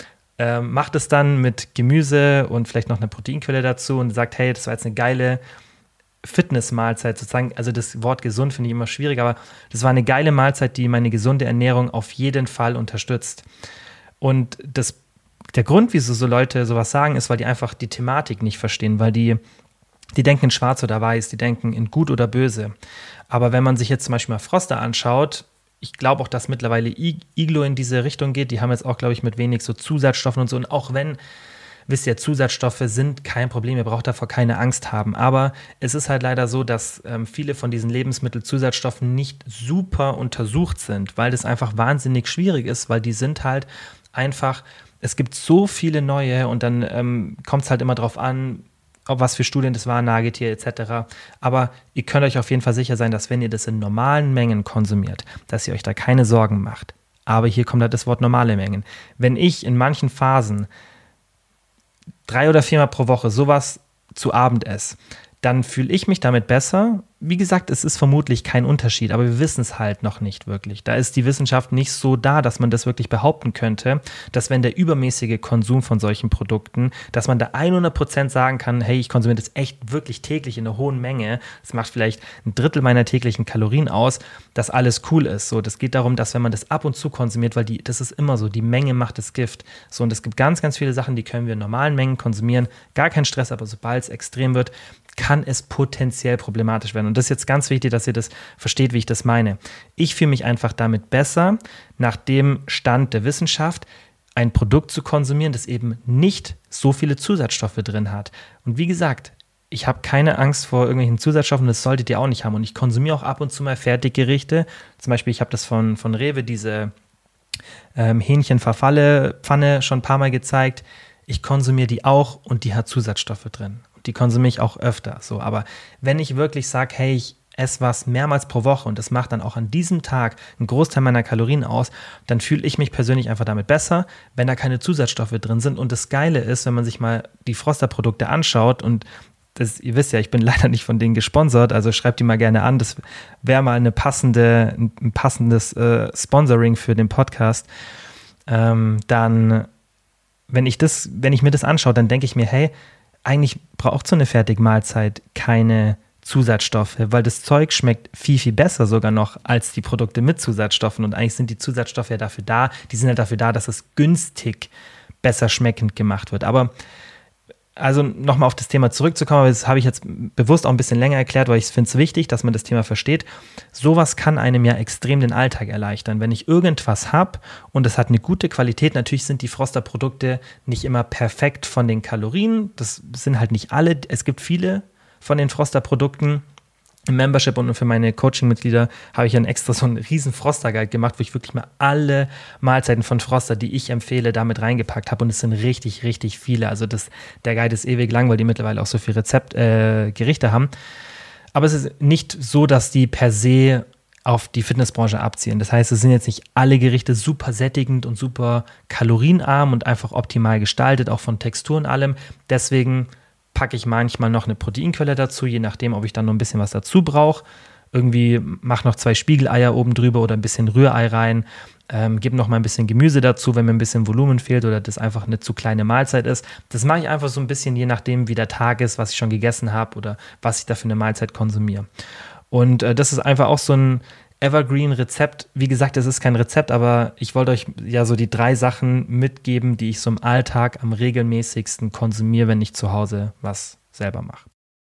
macht es dann mit Gemüse und vielleicht noch eine Proteinquelle dazu und sagt, hey, das war jetzt eine geile Fitnessmahlzeit sozusagen. Also das Wort gesund finde ich immer schwierig, aber das war eine geile Mahlzeit, die meine gesunde Ernährung auf jeden Fall unterstützt. Und der Grund, wieso so Leute sowas sagen, ist, weil die einfach die Thematik nicht verstehen, weil die denken in schwarz oder weiß, die denken in gut oder böse. Aber wenn man sich jetzt zum Beispiel mal Froster anschaut, ich glaube auch, dass mittlerweile Iglo in diese Richtung geht. Die haben jetzt auch, glaube ich, mit wenig so Zusatzstoffen und so. Und auch wenn, wisst ihr, Zusatzstoffe sind kein Problem, ihr braucht davor keine Angst haben. Aber es ist halt leider so, dass viele von diesen Lebensmittelzusatzstoffen nicht super untersucht sind, weil das einfach wahnsinnig schwierig ist, weil die sind halt einfach, es gibt so viele neue und dann kommt es halt immer drauf an, ob was für Studien das waren, Nagetier etc. Aber ihr könnt euch auf jeden Fall sicher sein, dass wenn ihr das in normalen Mengen konsumiert, dass ihr euch da keine Sorgen macht. Aber hier kommt halt das Wort normale Mengen. Wenn ich in manchen Phasen 3 oder 4 Mal pro Woche sowas zu Abend esse, dann fühle ich mich damit besser. Wie gesagt, es ist vermutlich kein Unterschied, aber wir wissen es halt noch nicht wirklich. Da ist die Wissenschaft nicht so da, dass man das wirklich behaupten könnte, dass wenn der übermäßige Konsum von solchen Produkten, dass man da 100% sagen kann, hey, ich konsumiere das echt wirklich täglich in einer hohen Menge, das macht vielleicht 1/3 meiner täglichen Kalorien aus, dass alles cool ist. So, das geht darum, dass wenn man das ab und zu konsumiert, weil das ist immer so, die Menge macht das Gift. So, und es gibt ganz, ganz viele Sachen, die können wir in normalen Mengen konsumieren, gar kein Stress, aber sobald es extrem wird, kann es potenziell problematisch werden. Und das ist jetzt ganz wichtig, dass ihr das versteht, wie ich das meine. Ich fühle mich einfach damit besser, nach dem Stand der Wissenschaft ein Produkt zu konsumieren, das eben nicht so viele Zusatzstoffe drin hat. Und wie gesagt, ich habe keine Angst vor irgendwelchen Zusatzstoffen, das solltet ihr auch nicht haben. Und ich konsumiere auch ab und zu mal Fertiggerichte. Zum Beispiel, ich habe das von Rewe, diese Hähnchenfarfalle-Pfanne schon ein paar Mal gezeigt. Ich konsumiere die auch und die hat Zusatzstoffe drin. Die konsumiere ich auch öfter. So. Aber wenn ich wirklich sage, hey, ich esse was mehrmals pro Woche und das macht dann auch an diesem Tag einen Großteil meiner Kalorien aus, dann fühle ich mich persönlich einfach damit besser, wenn da keine Zusatzstoffe drin sind. Und das Geile ist, wenn man sich mal die Froster-Produkte anschaut und ihr wisst ja, ich bin leider nicht von denen gesponsert, also schreibt die mal gerne an. Das wäre mal ein passendes Sponsoring für den Podcast. Dann, wenn ich mir das anschaue, dann denke ich mir, hey, eigentlich braucht so eine Fertigmahlzeit keine Zusatzstoffe, weil das Zeug schmeckt viel, viel besser sogar noch als die Produkte mit Zusatzstoffen. Und eigentlich sind die Zusatzstoffe ja dafür da, dass es günstig besser schmeckend gemacht wird. Aber also nochmal auf das Thema zurückzukommen, aber das habe ich jetzt bewusst auch ein bisschen länger erklärt, weil ich finde es wichtig, dass man das Thema versteht. Sowas kann einem ja extrem den Alltag erleichtern. Wenn ich irgendwas habe und es hat eine gute Qualität, natürlich sind die Froster-Produkte nicht immer perfekt von den Kalorien, das sind halt nicht alle, es gibt viele von den Froster-Produkten, im Membership und für meine Coaching-Mitglieder habe ich dann extra so einen riesen Froster-Guide gemacht, wo ich wirklich mal alle Mahlzeiten von Froster, die ich empfehle, damit reingepackt habe. Und es sind richtig, richtig viele. Also der Guide ist ewig lang, weil die mittlerweile auch so viele Gerichte haben. Aber es ist nicht so, dass die per se auf die Fitnessbranche abzielen. Das heißt, es sind jetzt nicht alle Gerichte super sättigend und super kalorienarm und einfach optimal gestaltet, auch von Textur und allem. Deswegen packe ich manchmal noch eine Proteinquelle dazu, je nachdem, ob ich dann noch ein bisschen was dazu brauche. Irgendwie mache noch 2 Spiegeleier oben drüber oder ein bisschen Rührei rein. Gebe noch mal ein bisschen Gemüse dazu, wenn mir ein bisschen Volumen fehlt oder das einfach eine zu kleine Mahlzeit ist. Das mache ich einfach so ein bisschen, je nachdem, wie der Tag ist, was ich schon gegessen habe oder was ich da für eine Mahlzeit konsumiere. Und das ist einfach auch so ein Evergreen-Rezept. Wie gesagt, es ist kein Rezept, aber ich wollte euch ja so die 3 Sachen mitgeben, die ich so im Alltag am regelmäßigsten konsumiere, wenn ich zu Hause was selber mache.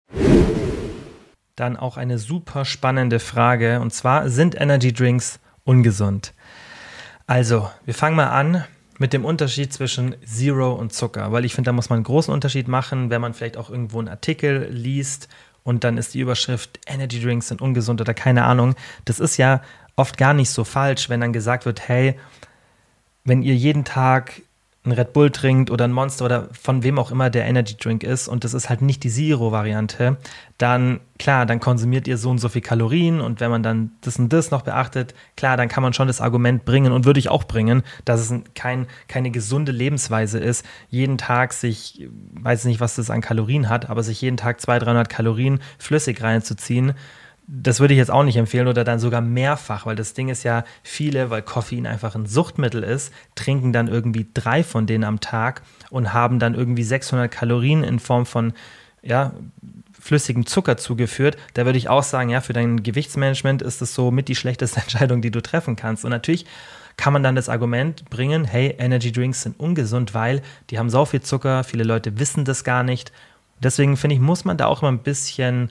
Dann auch eine super spannende Frage, und zwar, sind Energy Drinks ungesund? Also, wir fangen mal an mit dem Unterschied zwischen Zero und Zucker, weil ich finde, da muss man einen großen Unterschied machen, wenn man vielleicht auch irgendwo einen Artikel liest und dann ist die Überschrift Energy Drinks sind ungesund oder keine Ahnung. Das ist ja oft gar nicht so falsch, wenn dann gesagt wird, hey, wenn ihr jeden Tag ein Red Bull trinkt oder ein Monster oder von wem auch immer der Energy Drink ist und das ist halt nicht die Zero-Variante, dann klar, dann konsumiert ihr so und so viel Kalorien und wenn man dann das und das noch beachtet, klar, dann kann man schon das Argument bringen und würde ich auch bringen, dass es keine gesunde Lebensweise ist, jeden Tag sich, weiß nicht, was das an Kalorien hat, aber sich jeden Tag 200-300 Kalorien flüssig reinzuziehen. Das würde ich jetzt auch nicht empfehlen oder dann sogar mehrfach, weil das Ding ist ja, viele, weil Koffein einfach ein Suchtmittel ist, trinken dann irgendwie 3 von denen am Tag und haben dann irgendwie 600 Kalorien in Form von, ja, flüssigem Zucker zugeführt. Da würde ich auch sagen, ja, für dein Gewichtsmanagement ist das so mit die schlechteste Entscheidung, die du treffen kannst. Und natürlich kann man dann das Argument bringen, hey, Energy Drinks sind ungesund, weil die haben so viel Zucker, viele Leute wissen das gar nicht. Deswegen finde ich, muss man da auch immer ein bisschen,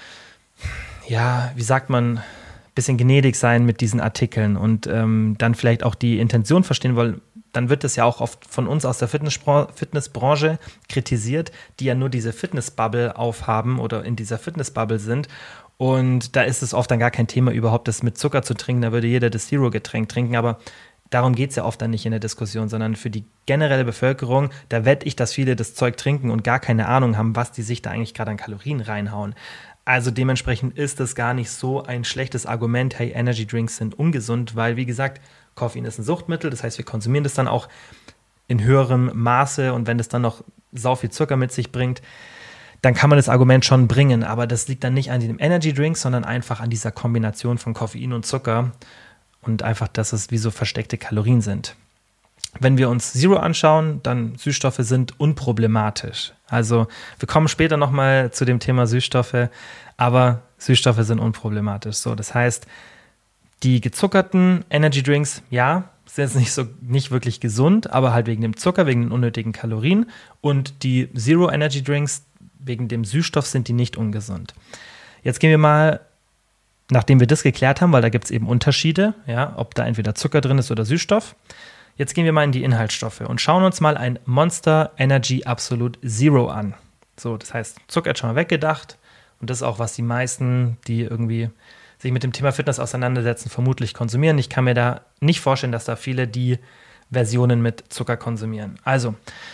ja, wie sagt man, ein bisschen gnädig sein mit diesen Artikeln und dann vielleicht auch die Intention verstehen, weil dann wird das ja auch oft von uns aus der Fitnessbranche kritisiert, die ja nur diese Fitnessbubble aufhaben oder in dieser Fitnessbubble sind. Und da ist es oft dann gar kein Thema überhaupt, das mit Zucker zu trinken. Da würde jeder das Zero-Getränk trinken, aber darum geht es ja oft dann nicht in der Diskussion, sondern für die generelle Bevölkerung, da wette ich, dass viele das Zeug trinken und gar keine Ahnung haben, was die sich da eigentlich gerade an Kalorien reinhauen. Also dementsprechend ist das gar nicht so ein schlechtes Argument, hey, Energy Drinks sind ungesund, weil, wie gesagt, Koffein ist ein Suchtmittel, das heißt, wir konsumieren das dann auch in höherem Maße und wenn das dann noch sau viel Zucker mit sich bringt, dann kann man das Argument schon bringen, aber das liegt dann nicht an dem Energy Drink, sondern einfach an dieser Kombination von Koffein und Zucker und einfach, dass es wie so versteckte Kalorien sind. Wenn wir uns Zero anschauen, dann Süßstoffe sind unproblematisch. Also wir kommen später nochmal zu dem Thema Süßstoffe, aber Süßstoffe sind unproblematisch. So, das heißt, die gezuckerten Energy Drinks, ja, sind jetzt nicht wirklich gesund, aber halt wegen dem Zucker, wegen den unnötigen Kalorien. Und die Zero Energy Drinks, wegen dem Süßstoff, sind die nicht ungesund. Jetzt gehen wir mal, nachdem wir das geklärt haben, weil da gibt es eben Unterschiede, ja, ob da entweder Zucker drin ist oder Süßstoff. Jetzt gehen wir mal in die Inhaltsstoffe und schauen uns mal ein Monster Energy Absolute Zero an. So, das heißt, Zucker ist schon mal weggedacht und das ist auch, was die meisten, die irgendwie sich mit dem Thema Fitness auseinandersetzen, vermutlich konsumieren. Ich kann mir da nicht vorstellen, dass da viele die Versionen mit Zucker konsumieren. Also,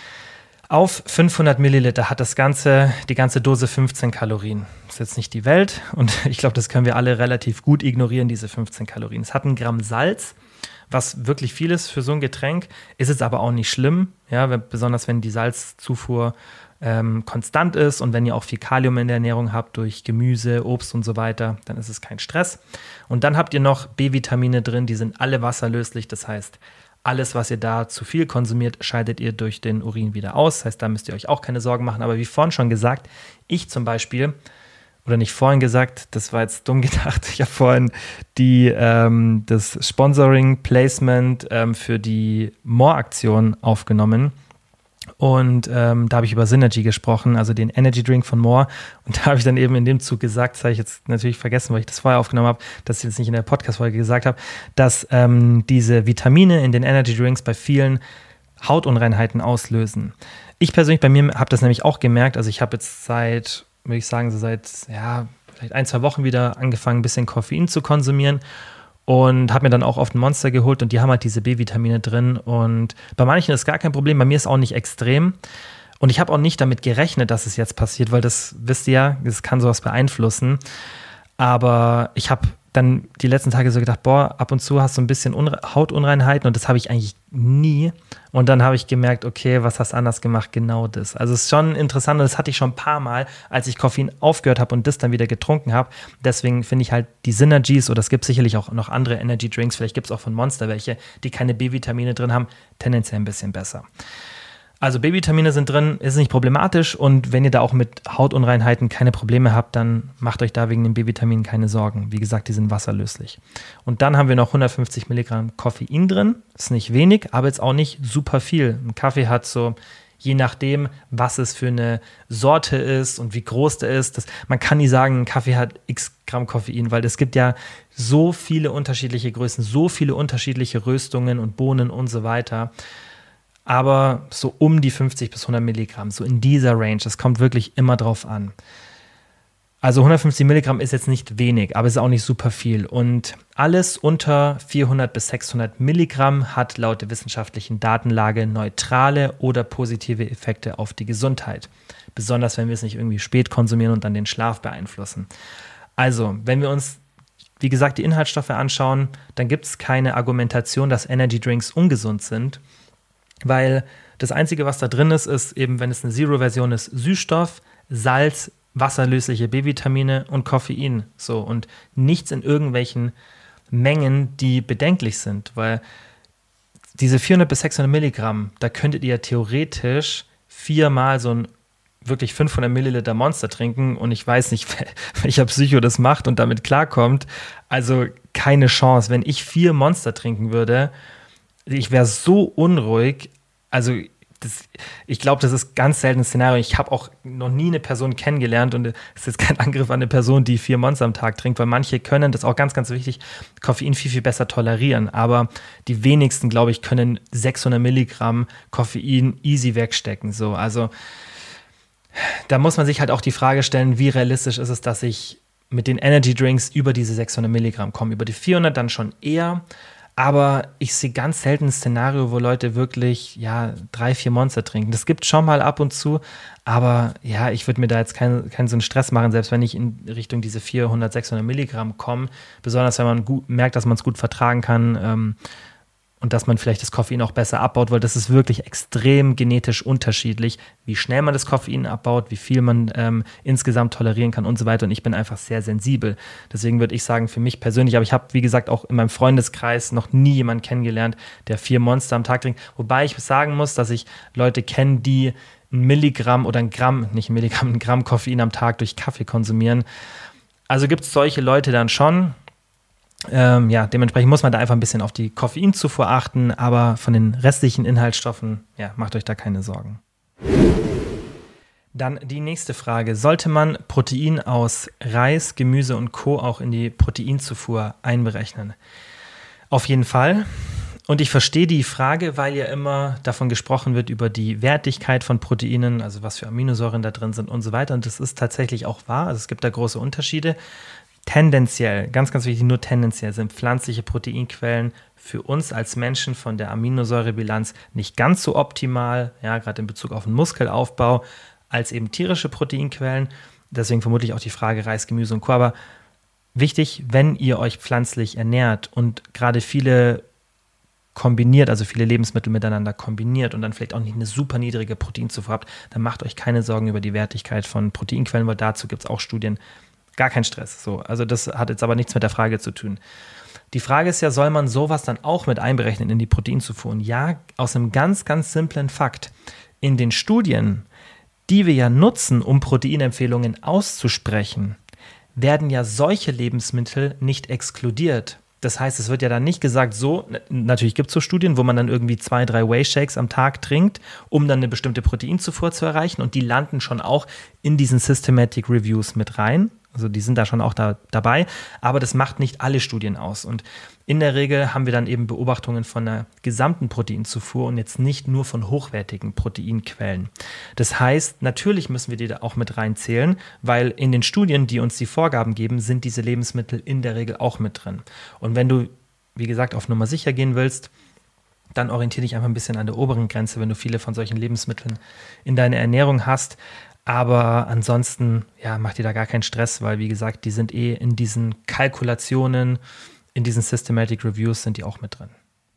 auf 500 Milliliter hat die ganze Dose 15 Kalorien. Das ist jetzt nicht die Welt und ich glaube, das können wir alle relativ gut ignorieren, diese 15 Kalorien. Es hat 1 Gramm Salz, was wirklich viel ist für so ein Getränk, ist jetzt aber auch nicht schlimm, ja, besonders wenn die Salzzufuhr konstant ist und wenn ihr auch viel Kalium in der Ernährung habt durch Gemüse, Obst und so weiter, dann ist es kein Stress. Und dann habt ihr noch B-Vitamine drin, die sind alle wasserlöslich, das heißt, alles, was ihr da zu viel konsumiert, scheidet ihr durch den Urin wieder aus, das heißt, da müsst ihr euch auch keine Sorgen machen, aber wie vorhin schon gesagt, ich zum Beispiel, oder nicht vorhin gesagt, das war jetzt dumm gedacht, ich habe vorhin das Sponsoring-Placement für die More-Aktion aufgenommen. Und da habe ich über Synergy gesprochen, also den Energy Drink von More. Und da habe ich dann eben in dem Zug gesagt, das habe ich jetzt natürlich vergessen, weil ich das vorher aufgenommen habe, dass ich das nicht in der Podcast-Folge gesagt habe, dass diese Vitamine in den Energy Drinks bei vielen Hautunreinheiten auslösen. Ich persönlich, bei mir habe das nämlich auch gemerkt, also ich habe jetzt würde ich sagen, so seit vielleicht 1-2 Wochen wieder angefangen, ein bisschen Koffein zu konsumieren und habe mir dann auch oft ein Monster geholt und die haben halt diese B-Vitamine drin und bei manchen ist gar kein Problem, bei mir ist auch nicht extrem und ich habe auch nicht damit gerechnet, dass es jetzt passiert, weil das, wisst ihr ja, das kann sowas beeinflussen, aber ich habe dann die letzten Tage so gedacht, boah, ab und zu hast du ein bisschen Hautunreinheiten und das habe ich eigentlich nie. Und dann habe ich gemerkt, okay, was hast du anders gemacht? Genau das. Also es ist schon interessant und das hatte ich schon ein paar Mal, als ich Koffein aufgehört habe und das dann wieder getrunken habe. Deswegen finde ich halt die Synergies oder es gibt sicherlich auch noch andere Energy Drinks, vielleicht gibt es auch von Monster welche, die keine B-Vitamine drin haben, tendenziell ein bisschen besser. Also B-Vitamine sind drin, ist nicht problematisch und wenn ihr da auch mit Hautunreinheiten keine Probleme habt, dann macht euch da wegen den B-Vitaminen keine Sorgen. Wie gesagt, die sind wasserlöslich. Und dann haben wir noch 150 Milligramm Koffein drin. Ist nicht wenig, aber jetzt auch nicht super viel. Ein Kaffee hat so, je nachdem, was es für eine Sorte ist und wie groß der ist, man kann nie sagen, ein Kaffee hat x Gramm Koffein, weil es gibt ja so viele unterschiedliche Größen, so viele unterschiedliche Röstungen und Bohnen und so weiter. Aber so um die 50 bis 100 Milligramm, so in dieser Range, das kommt wirklich immer drauf an. Also 150 Milligramm ist jetzt nicht wenig, aber es ist auch nicht super viel. Und alles unter 400 bis 600 Milligramm hat laut der wissenschaftlichen Datenlage neutrale oder positive Effekte auf die Gesundheit. Besonders, wenn wir es nicht irgendwie spät konsumieren und dann den Schlaf beeinflussen. Also, wenn wir uns, wie gesagt, die Inhaltsstoffe anschauen, dann gibt es keine Argumentation, dass Energy Drinks ungesund sind. Weil das Einzige, was da drin ist eben, wenn es eine Zero-Version ist, Süßstoff, Salz, wasserlösliche B-Vitamine und Koffein. So, und nichts in irgendwelchen Mengen, die bedenklich sind. Weil diese 400 bis 600 Milligramm, da könntet ihr theoretisch 4-mal so ein wirklich 500 Milliliter Monster trinken und ich weiß nicht, welcher Psycho das macht und damit klarkommt. Also keine Chance. Wenn ich 4 Monster trinken würde, ich wäre so unruhig, also ich glaube, das ist ein ganz seltenes Szenario. Ich habe auch noch nie eine Person kennengelernt und es ist jetzt kein Angriff an eine Person, die 4 Monster am Tag trinkt, weil manche können, das ist auch ganz, ganz wichtig, Koffein viel, viel besser tolerieren, aber die wenigsten, glaube ich, können 600 Milligramm Koffein easy wegstecken. So. Also da muss man sich halt auch die Frage stellen, wie realistisch ist es, dass ich mit den Energy Drinks über diese 600 Milligramm komme. Über die 400 dann schon eher. Aber ich sehe ganz selten ein Szenario, wo Leute wirklich 3-4 Monster trinken. Das gibt schon mal ab und zu, aber ja, ich würde mir da jetzt keinen so einen Stress machen, selbst wenn ich in Richtung diese 400, 600 Milligramm komme. Besonders wenn man gut merkt, dass man es gut vertragen kann und dass man vielleicht das Koffein auch besser abbaut, weil das ist wirklich extrem genetisch unterschiedlich, wie schnell man das Koffein abbaut, wie viel man insgesamt tolerieren kann und so weiter. Und ich bin einfach sehr sensibel. Deswegen würde ich sagen, für mich persönlich, aber ich habe, wie gesagt, auch in meinem Freundeskreis noch nie jemanden kennengelernt, der 4 Monster am Tag trinkt. Wobei ich sagen muss, dass ich Leute kenne, die ein Milligramm oder ein Gramm Koffein am Tag durch Kaffee konsumieren. Also gibt es solche Leute dann schon. Dementsprechend muss man da einfach ein bisschen auf die Koffeinzufuhr achten, aber von den restlichen Inhaltsstoffen, macht euch da keine Sorgen. Dann die nächste Frage. Sollte man Protein aus Reis, Gemüse und Co. auch in die Proteinzufuhr einberechnen? Auf jeden Fall. Und ich verstehe die Frage, weil ja immer davon gesprochen wird über die Wertigkeit von Proteinen, also was für Aminosäuren da drin sind und so weiter. Und das ist tatsächlich auch wahr. Also es gibt da große Unterschiede. Tendenziell, ganz, ganz wichtig, nur tendenziell sind pflanzliche Proteinquellen für uns als Menschen von der Aminosäurebilanz nicht ganz so optimal, gerade in Bezug auf den Muskelaufbau, als eben tierische Proteinquellen. Deswegen vermutlich auch die Frage Reis, Gemüse und Co. Aber wichtig, wenn ihr euch pflanzlich ernährt und gerade viele kombiniert, also viele Lebensmittel miteinander kombiniert und dann vielleicht auch nicht eine super niedrige Proteinzufuhr habt, dann macht euch keine Sorgen über die Wertigkeit von Proteinquellen, weil dazu gibt es auch Studien. Gar kein Stress. So. Also das hat jetzt aber nichts mit der Frage zu tun. Die Frage ist ja, soll man sowas dann auch mit einberechnen in die Proteinzufuhr? Und ja, aus einem ganz, ganz simplen Fakt. In den Studien, die wir ja nutzen, um Proteinempfehlungen auszusprechen, werden ja solche Lebensmittel nicht exkludiert. Das heißt, es wird ja dann nicht gesagt, so, natürlich gibt es so Studien, wo man dann irgendwie 2-3 Whey-Shakes am Tag trinkt, um dann eine bestimmte Proteinzufuhr zu erreichen und die landen schon auch in diesen Systematic Reviews mit rein. Also die sind da schon auch dabei, aber das macht nicht alle Studien aus. Und in der Regel haben wir dann eben Beobachtungen von der gesamten Proteinzufuhr und jetzt nicht nur von hochwertigen Proteinquellen. Das heißt, natürlich müssen wir die da auch mit reinzählen, weil in den Studien, die uns die Vorgaben geben, sind diese Lebensmittel in der Regel auch mit drin. Und wenn du, wie gesagt, auf Nummer sicher gehen willst, dann orientiere dich einfach ein bisschen an der oberen Grenze, wenn du viele von solchen Lebensmitteln in deiner Ernährung hast. Aber ansonsten, ja, mach dir da gar keinen Stress, weil, wie gesagt, die sind in diesen Kalkulationen, in diesen Systematic Reviews sind die auch mit drin.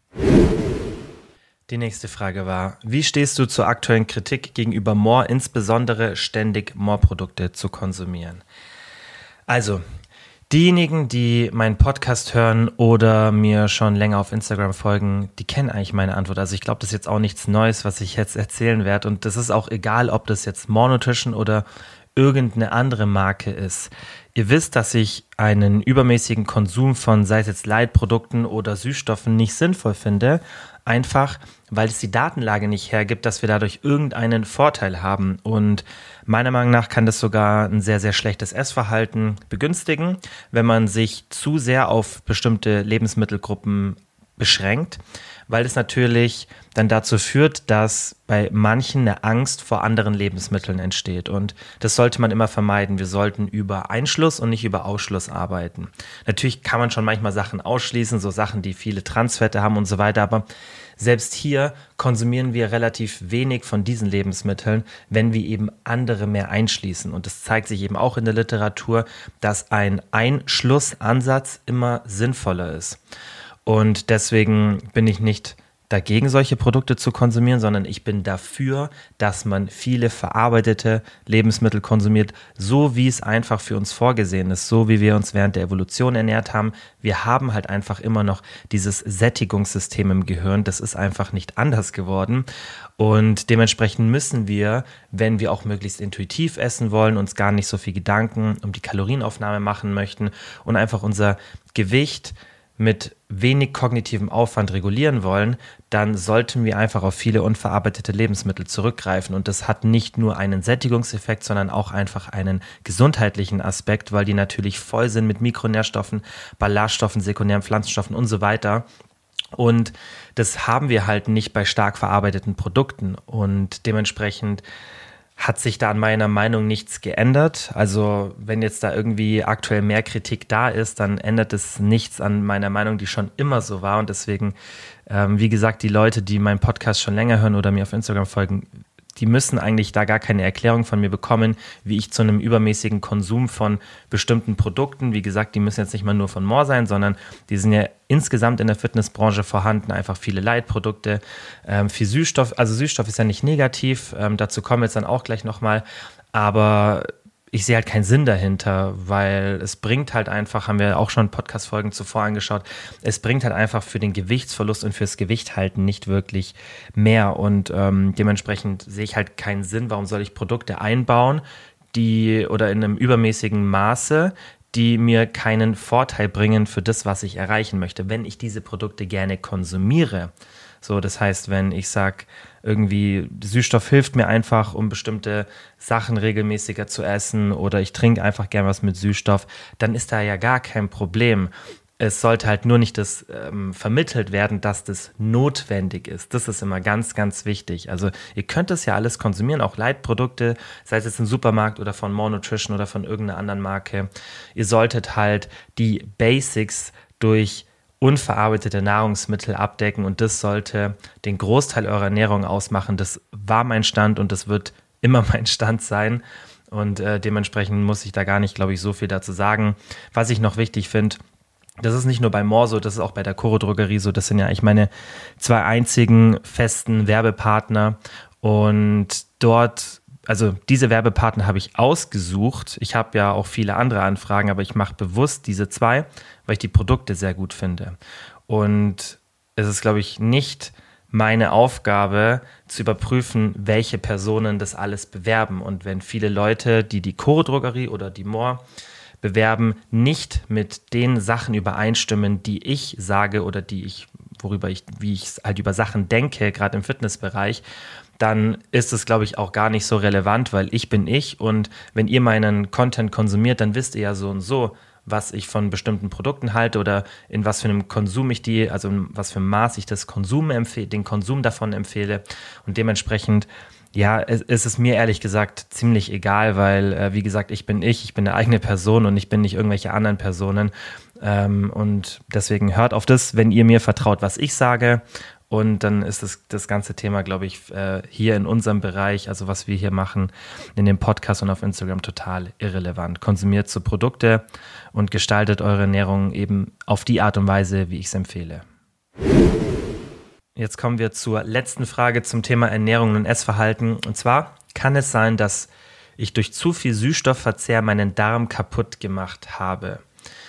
Die nächste Frage war, wie stehst du zur aktuellen Kritik gegenüber More, insbesondere ständig More-Produkte zu konsumieren? Also, diejenigen, die meinen Podcast hören oder mir schon länger auf Instagram folgen, die kennen eigentlich meine Antwort. Also ich glaube, das ist jetzt auch nichts Neues, was ich jetzt erzählen werde. Und das ist auch egal, ob das jetzt More Nutrition oder irgendeine andere Marke ist. Ihr wisst, dass ich einen übermäßigen Konsum von, sei es jetzt Leitprodukten oder Süßstoffen, nicht sinnvoll finde. Einfach, weil es die Datenlage nicht hergibt, dass wir dadurch irgendeinen Vorteil haben. Und meiner Meinung nach kann das sogar ein sehr, sehr schlechtes Essverhalten begünstigen, wenn man sich zu sehr auf bestimmte Lebensmittelgruppen beschränkt, weil es natürlich dann dazu führt, dass bei manchen eine Angst vor anderen Lebensmitteln entsteht. Und das sollte man immer vermeiden. Wir sollten über Einschluss und nicht über Ausschluss arbeiten. Natürlich kann man schon manchmal Sachen ausschließen, so Sachen, die viele Transfette haben und so weiter, aber selbst hier konsumieren wir relativ wenig von diesen Lebensmitteln, wenn wir eben andere mehr einschließen. Und es zeigt sich eben auch in der Literatur, dass ein Einschlussansatz immer sinnvoller ist. Und deswegen bin ich nicht dagegen, solche Produkte zu konsumieren, sondern ich bin dafür, dass man viele verarbeitete Lebensmittel konsumiert, so wie es einfach für uns vorgesehen ist, so wie wir uns während der Evolution ernährt haben. Wir haben halt einfach immer noch dieses Sättigungssystem im Gehirn, das ist einfach nicht anders geworden. Und dementsprechend müssen wir, wenn wir auch möglichst intuitiv essen wollen, uns gar nicht so viel Gedanken um die Kalorienaufnahme machen möchten und einfach unser Gewicht mit wenig kognitivem Aufwand regulieren wollen, dann sollten wir einfach auf viele unverarbeitete Lebensmittel zurückgreifen. Und das hat nicht nur einen Sättigungseffekt, sondern auch einfach einen gesundheitlichen Aspekt, weil die natürlich voll sind mit Mikronährstoffen, Ballaststoffen, sekundären Pflanzenstoffen und so weiter. Und das haben wir halt nicht bei stark verarbeiteten Produkten. Und dementsprechend hat sich da an meiner Meinung nichts geändert. Also wenn jetzt da irgendwie aktuell mehr Kritik da ist, dann ändert es nichts an meiner Meinung, die schon immer so war. Und deswegen, wie gesagt, die Leute, die meinen Podcast schon länger hören oder mir auf Instagram folgen, die müssen eigentlich da gar keine Erklärung von mir bekommen, wie ich zu einem übermäßigen Konsum von bestimmten Produkten, wie gesagt, die müssen jetzt nicht mal nur von More sein, sondern die sind ja insgesamt in der Fitnessbranche vorhanden, einfach viele Leitprodukte, viel Süßstoff, also Süßstoff ist ja nicht negativ, dazu kommen wir jetzt dann auch gleich nochmal, aber ich sehe halt keinen Sinn dahinter, weil es bringt halt einfach, haben wir auch schon Podcast-Folgen zuvor angeschaut, es bringt halt einfach für den Gewichtsverlust und fürs Gewichthalten nicht wirklich mehr und dementsprechend sehe ich halt keinen Sinn, warum soll ich Produkte einbauen, die oder in einem übermäßigen Maße, die mir keinen Vorteil bringen für das, was ich erreichen möchte, wenn ich diese Produkte gerne konsumiere. So, das heißt, wenn ich sage, irgendwie Süßstoff hilft mir einfach, um bestimmte Sachen regelmäßiger zu essen oder ich trinke einfach gern was mit Süßstoff, dann ist da ja gar kein Problem. Es sollte halt nur nicht das vermittelt werden, dass das notwendig ist. Das ist immer ganz, ganz wichtig. Also ihr könnt das ja alles konsumieren, auch Leitprodukte, sei es jetzt im Supermarkt oder von More Nutrition oder von irgendeiner anderen Marke. Ihr solltet halt die Basics durch unverarbeitete Nahrungsmittel abdecken und das sollte den Großteil eurer Ernährung ausmachen. Das war mein Stand und das wird immer mein Stand sein und dementsprechend muss ich da gar nicht, glaube ich, so viel dazu sagen. Was ich noch wichtig finde, das ist nicht nur bei More so, das ist auch bei der Coro Drogerie so, das sind ja eigentlich meine zwei einzigen festen Werbepartner und dort, also diese Werbepartner habe ich ausgesucht. Ich habe ja auch viele andere Anfragen, aber ich mache bewusst diese zwei, weil ich die Produkte sehr gut finde. Und es ist, glaube ich, nicht meine Aufgabe zu überprüfen, welche Personen das alles bewerben. Und wenn viele Leute, die die Coro Drogerie oder die More bewerben, nicht mit den Sachen übereinstimmen, die ich sage oder die ich wie ich halt über Sachen denke, gerade im Fitnessbereich, dann ist es, glaube ich, auch gar nicht so relevant, weil ich bin ich und wenn ihr meinen Content konsumiert, dann wisst ihr ja so und so, was ich von bestimmten Produkten halte oder in was für einem Konsum also in was für einem Maß ich den Konsum davon empfehle und dementsprechend, ja, es ist mir ehrlich gesagt ziemlich egal, weil, wie gesagt, ich bin eine eigene Person und ich bin nicht irgendwelche anderen Personen und deswegen hört auf das, wenn ihr mir vertraut, was ich sage. Und dann ist das ganze Thema, glaube ich, hier in unserem Bereich, also was wir hier machen, in dem Podcast und auf Instagram total irrelevant. Konsumiert so Produkte und gestaltet eure Ernährung eben auf die Art und Weise, wie ich es empfehle. Jetzt kommen wir zur letzten Frage zum Thema Ernährung und Essverhalten. Und zwar kann es sein, dass ich durch zu viel Süßstoffverzehr meinen Darm kaputt gemacht habe.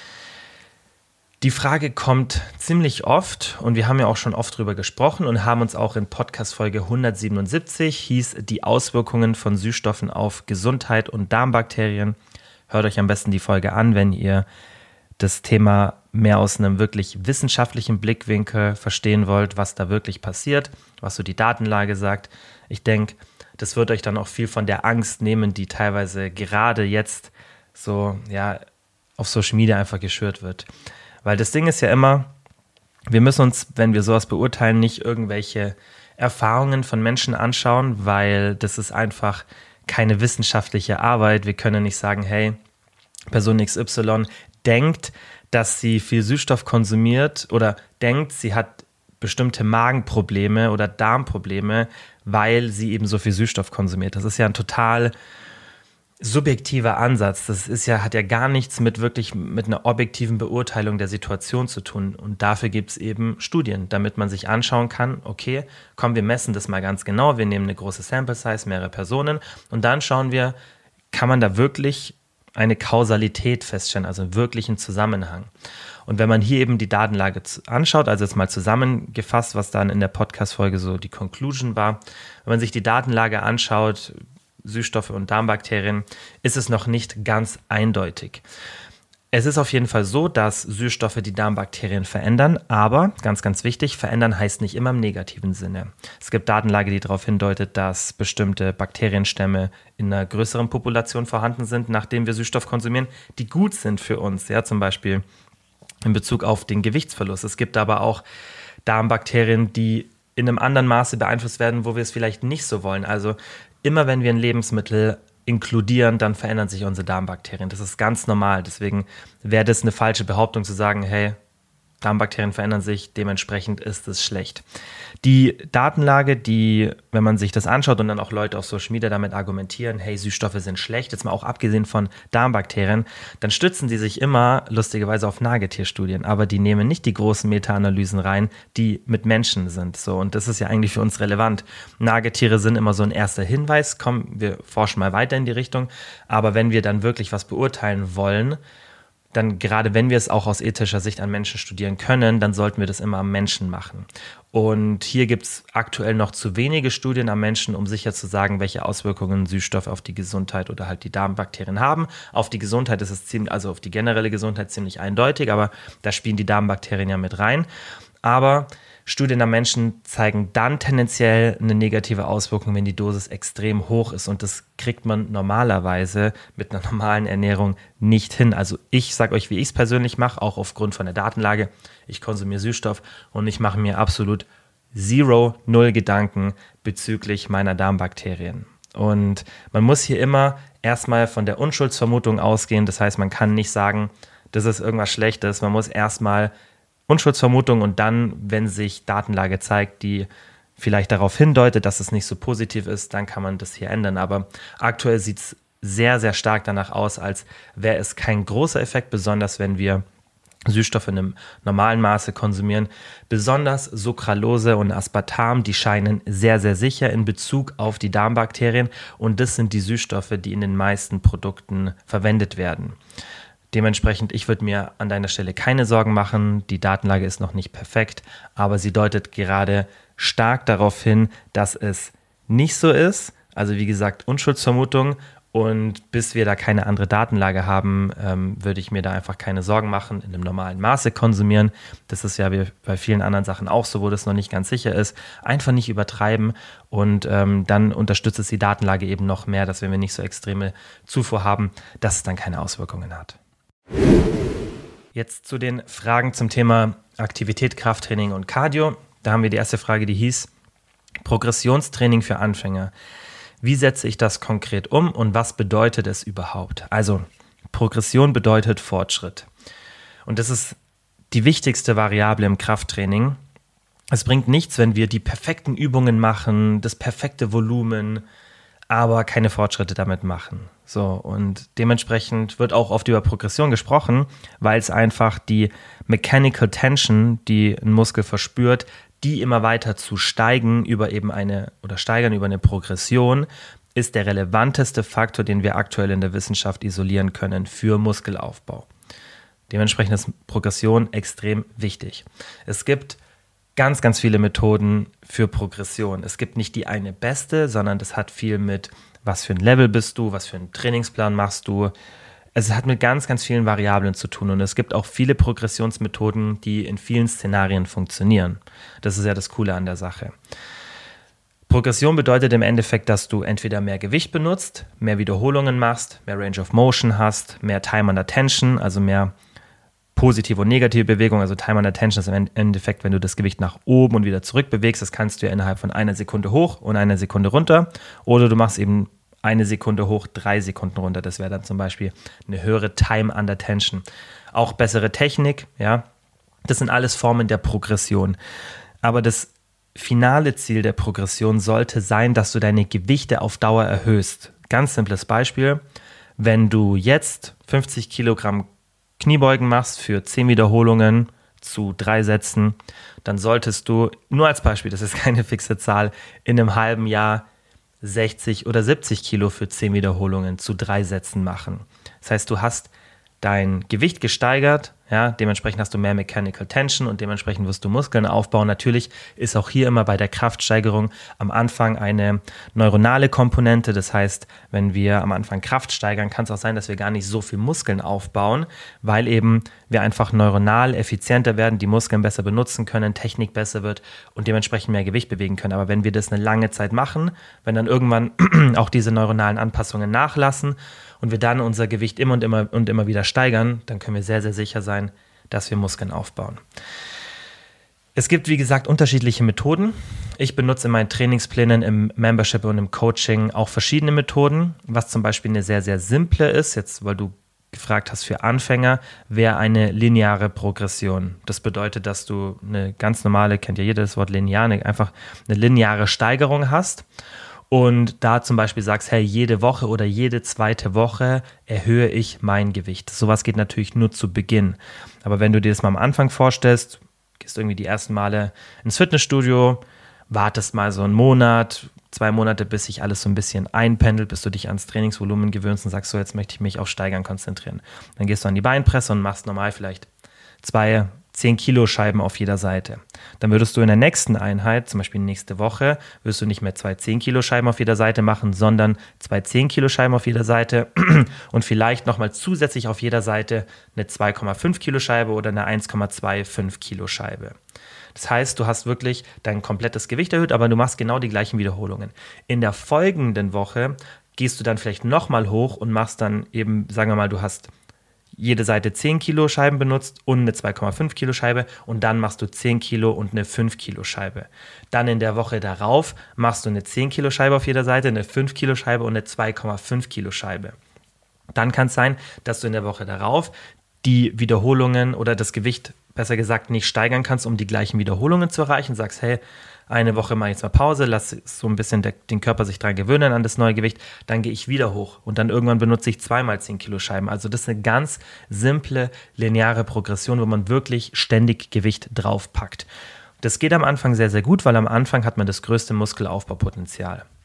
Die Frage kommt ziemlich oft und wir haben ja auch schon oft drüber gesprochen und haben uns auch in Podcast-Folge 177, hieß die Auswirkungen von Süßstoffen auf Gesundheit und Darmbakterien. Hört euch am besten die Folge an, wenn ihr das Thema mehr aus einem wirklich wissenschaftlichen Blickwinkel verstehen wollt, was da wirklich passiert, was so die Datenlage sagt. Ich denke, das wird euch dann auch viel von der Angst nehmen, die teilweise gerade jetzt so auf Social Media einfach geschürt wird. Weil das Ding ist ja immer, wir müssen uns, wenn wir sowas beurteilen, nicht irgendwelche Erfahrungen von Menschen anschauen, weil das ist einfach keine wissenschaftliche Arbeit. Wir können nicht sagen, hey, Person XY denkt, dass sie viel Süßstoff konsumiert oder denkt, sie hat bestimmte Magenprobleme oder Darmprobleme, weil sie eben so viel Süßstoff konsumiert. Das ist ja ein total subjektiver Ansatz. Das hat ja gar nichts mit einer objektiven Beurteilung der Situation zu tun. Und dafür gibt es eben Studien, damit man sich anschauen kann, okay, komm, wir messen das mal ganz genau, wir nehmen eine große Sample Size, mehrere Personen und dann schauen wir, kann man da wirklich eine Kausalität feststellen, also wirklich einen Zusammenhang. Und wenn man hier eben die Datenlage anschaut, also jetzt mal zusammengefasst, was dann in der Podcast-Folge so die Conclusion war, wenn man sich die Datenlage anschaut, Süßstoffe und Darmbakterien, ist es noch nicht ganz eindeutig. Es ist auf jeden Fall so, dass Süßstoffe die Darmbakterien verändern, aber, ganz, ganz wichtig, verändern heißt nicht immer im negativen Sinne. Es gibt Datenlage, die darauf hindeutet, dass bestimmte Bakterienstämme in einer größeren Population vorhanden sind, nachdem wir Süßstoff konsumieren, die gut sind für uns, ja, zum Beispiel in Bezug auf den Gewichtsverlust. Es gibt aber auch Darmbakterien, die in einem anderen Maße beeinflusst werden, wo wir es vielleicht nicht so wollen. Also immer wenn wir ein Lebensmittel inkludieren, dann verändern sich unsere Darmbakterien. Das ist ganz normal. Deswegen wäre das eine falsche Behauptung zu sagen, hey, Darmbakterien verändern sich, dementsprechend ist es schlecht. Die Datenlage, wenn man sich das anschaut und dann auch Leute auf Social Media damit argumentieren, hey, Süßstoffe sind schlecht, jetzt mal auch abgesehen von Darmbakterien, dann stützen die sich immer lustigerweise auf Nagetierstudien, aber die nehmen nicht die großen Meta-Analysen rein, die mit Menschen sind. So, und das ist ja eigentlich für uns relevant. Nagetiere sind immer so ein erster Hinweis, komm, wir forschen mal weiter in die Richtung, aber wenn wir dann wirklich was beurteilen wollen, dann gerade wenn wir es auch aus ethischer Sicht an Menschen studieren können, dann sollten wir das immer am Menschen machen. Und hier gibt es aktuell noch zu wenige Studien am Menschen, um sicher zu sagen, welche Auswirkungen Süßstoffe auf die Gesundheit oder halt die Darmbakterien haben. Auf die Gesundheit ist es also auf die generelle Gesundheit ziemlich eindeutig, aber da spielen die Darmbakterien ja mit rein. Aber Studien am Menschen zeigen dann tendenziell eine negative Auswirkung, wenn die Dosis extrem hoch ist. Und das kriegt man normalerweise mit einer normalen Ernährung nicht hin. Also ich sage euch, wie ich es persönlich mache, auch aufgrund von der Datenlage. Ich konsumiere Süßstoff und ich mache mir absolut null Gedanken bezüglich meiner Darmbakterien. Und man muss hier immer erstmal von der Unschuldsvermutung ausgehen. Das heißt, man kann nicht sagen, das ist irgendwas Schlechtes. Man muss erstmal Unschuldsvermutung und dann, wenn sich Datenlage zeigt, die vielleicht darauf hindeutet, dass es nicht so positiv ist, dann kann man das hier ändern. Aber aktuell sieht es sehr, sehr stark danach aus, als wäre es kein großer Effekt, besonders wenn wir Süßstoffe in einem normalen Maße konsumieren. Besonders Sucralose und Aspartam, die scheinen sehr, sehr sicher in Bezug auf die Darmbakterien und das sind die Süßstoffe, die in den meisten Produkten verwendet werden. Dementsprechend, ich würde mir an deiner Stelle keine Sorgen machen. Die Datenlage ist noch nicht perfekt, aber sie deutet gerade stark darauf hin, dass es nicht so ist. Also wie gesagt, Unschuldsvermutung Und bis wir da keine andere Datenlage haben, würde ich mir da einfach keine Sorgen machen, in einem normalen Maße konsumieren. Das ist ja wie bei vielen anderen Sachen auch so, wo das noch nicht ganz sicher ist. Einfach nicht übertreiben und dann unterstützt es die Datenlage eben noch mehr, dass wenn wir nicht so extreme Zufuhr haben, dass es dann keine Auswirkungen hat. Jetzt zu den Fragen zum Thema Aktivität, Krafttraining und Cardio. Da haben wir die erste Frage, die hieß Progressionstraining für Anfänger. Wie setze ich das konkret um und was bedeutet es überhaupt? Also Progression bedeutet Fortschritt. Und das ist die wichtigste Variable im Krafttraining. Es bringt nichts, wenn wir die perfekten Übungen machen, das perfekte Volumen, aber keine Fortschritte damit machen. So, und dementsprechend wird auch oft über Progression gesprochen, weil es einfach die Mechanical Tension, die ein Muskel verspürt, die immer weiter zu steigern über eine Progression, ist der relevanteste Faktor, den wir aktuell in der Wissenschaft isolieren können für Muskelaufbau. Dementsprechend ist Progression extrem wichtig. Es gibt ganz, ganz viele Methoden für Progression. Es gibt nicht die eine beste, sondern das hat viel mit, was für ein Level bist du, was für einen Trainingsplan machst du. Es hat mit ganz, ganz vielen Variablen zu tun und es gibt auch viele Progressionsmethoden, die in vielen Szenarien funktionieren. Das ist ja das Coole an der Sache. Progression bedeutet im Endeffekt, dass du entweder mehr Gewicht benutzt, mehr Wiederholungen machst, mehr Range of Motion hast, mehr Time under Tension, also mehr positive und negative Bewegung. Also Time under Tension ist im Endeffekt, wenn du das Gewicht nach oben und wieder zurück bewegst, das kannst du ja innerhalb von 1 Sekunde hoch und 1 Sekunde runter. Oder du machst eben 1 Sekunde hoch, 3 Sekunden runter. Das wäre dann zum Beispiel eine höhere Time under Tension. Auch bessere Technik, ja. Das sind alles Formen der Progression. Aber das finale Ziel der Progression sollte sein, dass du deine Gewichte auf Dauer erhöhst. Ganz simples Beispiel. Wenn du jetzt 50 Kilogramm Kniebeugen machst für 10 Wiederholungen zu 3 Sätzen, dann solltest du, nur als Beispiel, das ist keine fixe Zahl, in einem halben Jahr 60 oder 70 Kilo für 10 Wiederholungen zu 3 Sätzen machen. Das heißt, du hast dein Gewicht gesteigert, ja, dementsprechend hast du mehr Mechanical Tension und dementsprechend wirst du Muskeln aufbauen. Natürlich ist auch hier immer bei der Kraftsteigerung am Anfang eine neuronale Komponente. Das heißt, wenn wir am Anfang Kraft steigern, kann es auch sein, dass wir gar nicht so viel Muskeln aufbauen, weil eben wir einfach neuronal effizienter werden, die Muskeln besser benutzen können, Technik besser wird und dementsprechend mehr Gewicht bewegen können. Aber wenn wir das eine lange Zeit machen, wenn dann irgendwann auch diese neuronalen Anpassungen nachlassen und wir dann unser Gewicht immer und immer wieder steigern, dann können wir sehr, sehr sicher sein, dass wir Muskeln aufbauen. Es gibt, wie gesagt, unterschiedliche Methoden. Ich benutze in meinen Trainingsplänen, im Membership und im Coaching auch verschiedene Methoden. Was zum Beispiel eine sehr, sehr simple ist, jetzt weil du gefragt hast für Anfänger, wäre eine lineare Progression. Das bedeutet, dass du eine ganz normale, kennt ja jeder das Wort linear, einfach eine lineare Steigerung hast. Und da zum Beispiel sagst, hey, jede Woche oder jede zweite Woche erhöhe ich mein Gewicht. Sowas geht natürlich nur zu Beginn. Aber wenn du dir das mal am Anfang vorstellst, gehst irgendwie die ersten Male ins Fitnessstudio, wartest mal so einen Monat, 2 Monate, bis sich alles so ein bisschen einpendelt, bis du dich ans Trainingsvolumen gewöhnst und sagst, so jetzt möchte ich mich auf Steigern konzentrieren. Dann gehst du an die Beinpresse und machst normal vielleicht 2 10-Kilo-Scheiben auf jeder Seite. Dann würdest du in der nächsten Einheit, zum Beispiel nächste Woche, wirst du nicht mehr 2 10-Kilo-Scheiben auf jeder Seite machen, sondern 2 10-Kilo-Scheiben auf jeder Seite und vielleicht nochmal zusätzlich auf jeder Seite eine 2,5-Kilo-Scheibe oder eine 1,25-Kilo-Scheibe. Das heißt, du hast wirklich dein komplettes Gewicht erhöht, aber du machst genau die gleichen Wiederholungen. In der folgenden Woche gehst du dann vielleicht nochmal hoch und machst dann eben, sagen wir mal, du hast jede Seite 10 Kilo Scheiben benutzt und eine 2,5 Kilo Scheibe und dann machst du 10 Kilo und eine 5 Kilo Scheibe. Dann in der Woche darauf machst du eine 10 Kilo Scheibe auf jeder Seite, eine 5 Kilo Scheibe und eine 2,5 Kilo Scheibe. Dann kann es sein, dass du in der Woche darauf die Wiederholungen oder das Gewicht, besser gesagt, nicht steigern kannst, um die gleichen Wiederholungen zu erreichen. Sagst, hey, eine Woche mache ich jetzt mal Pause, lass so ein bisschen den Körper sich dran gewöhnen an das neue Gewicht, dann gehe ich wieder hoch und dann irgendwann benutze ich 2 10 Kilo Scheiben. Also das ist eine ganz simple, lineare Progression, wo man wirklich ständig Gewicht draufpackt. Das geht am Anfang sehr, sehr gut, weil am Anfang hat man das größte Muskelaufbaupotenzial.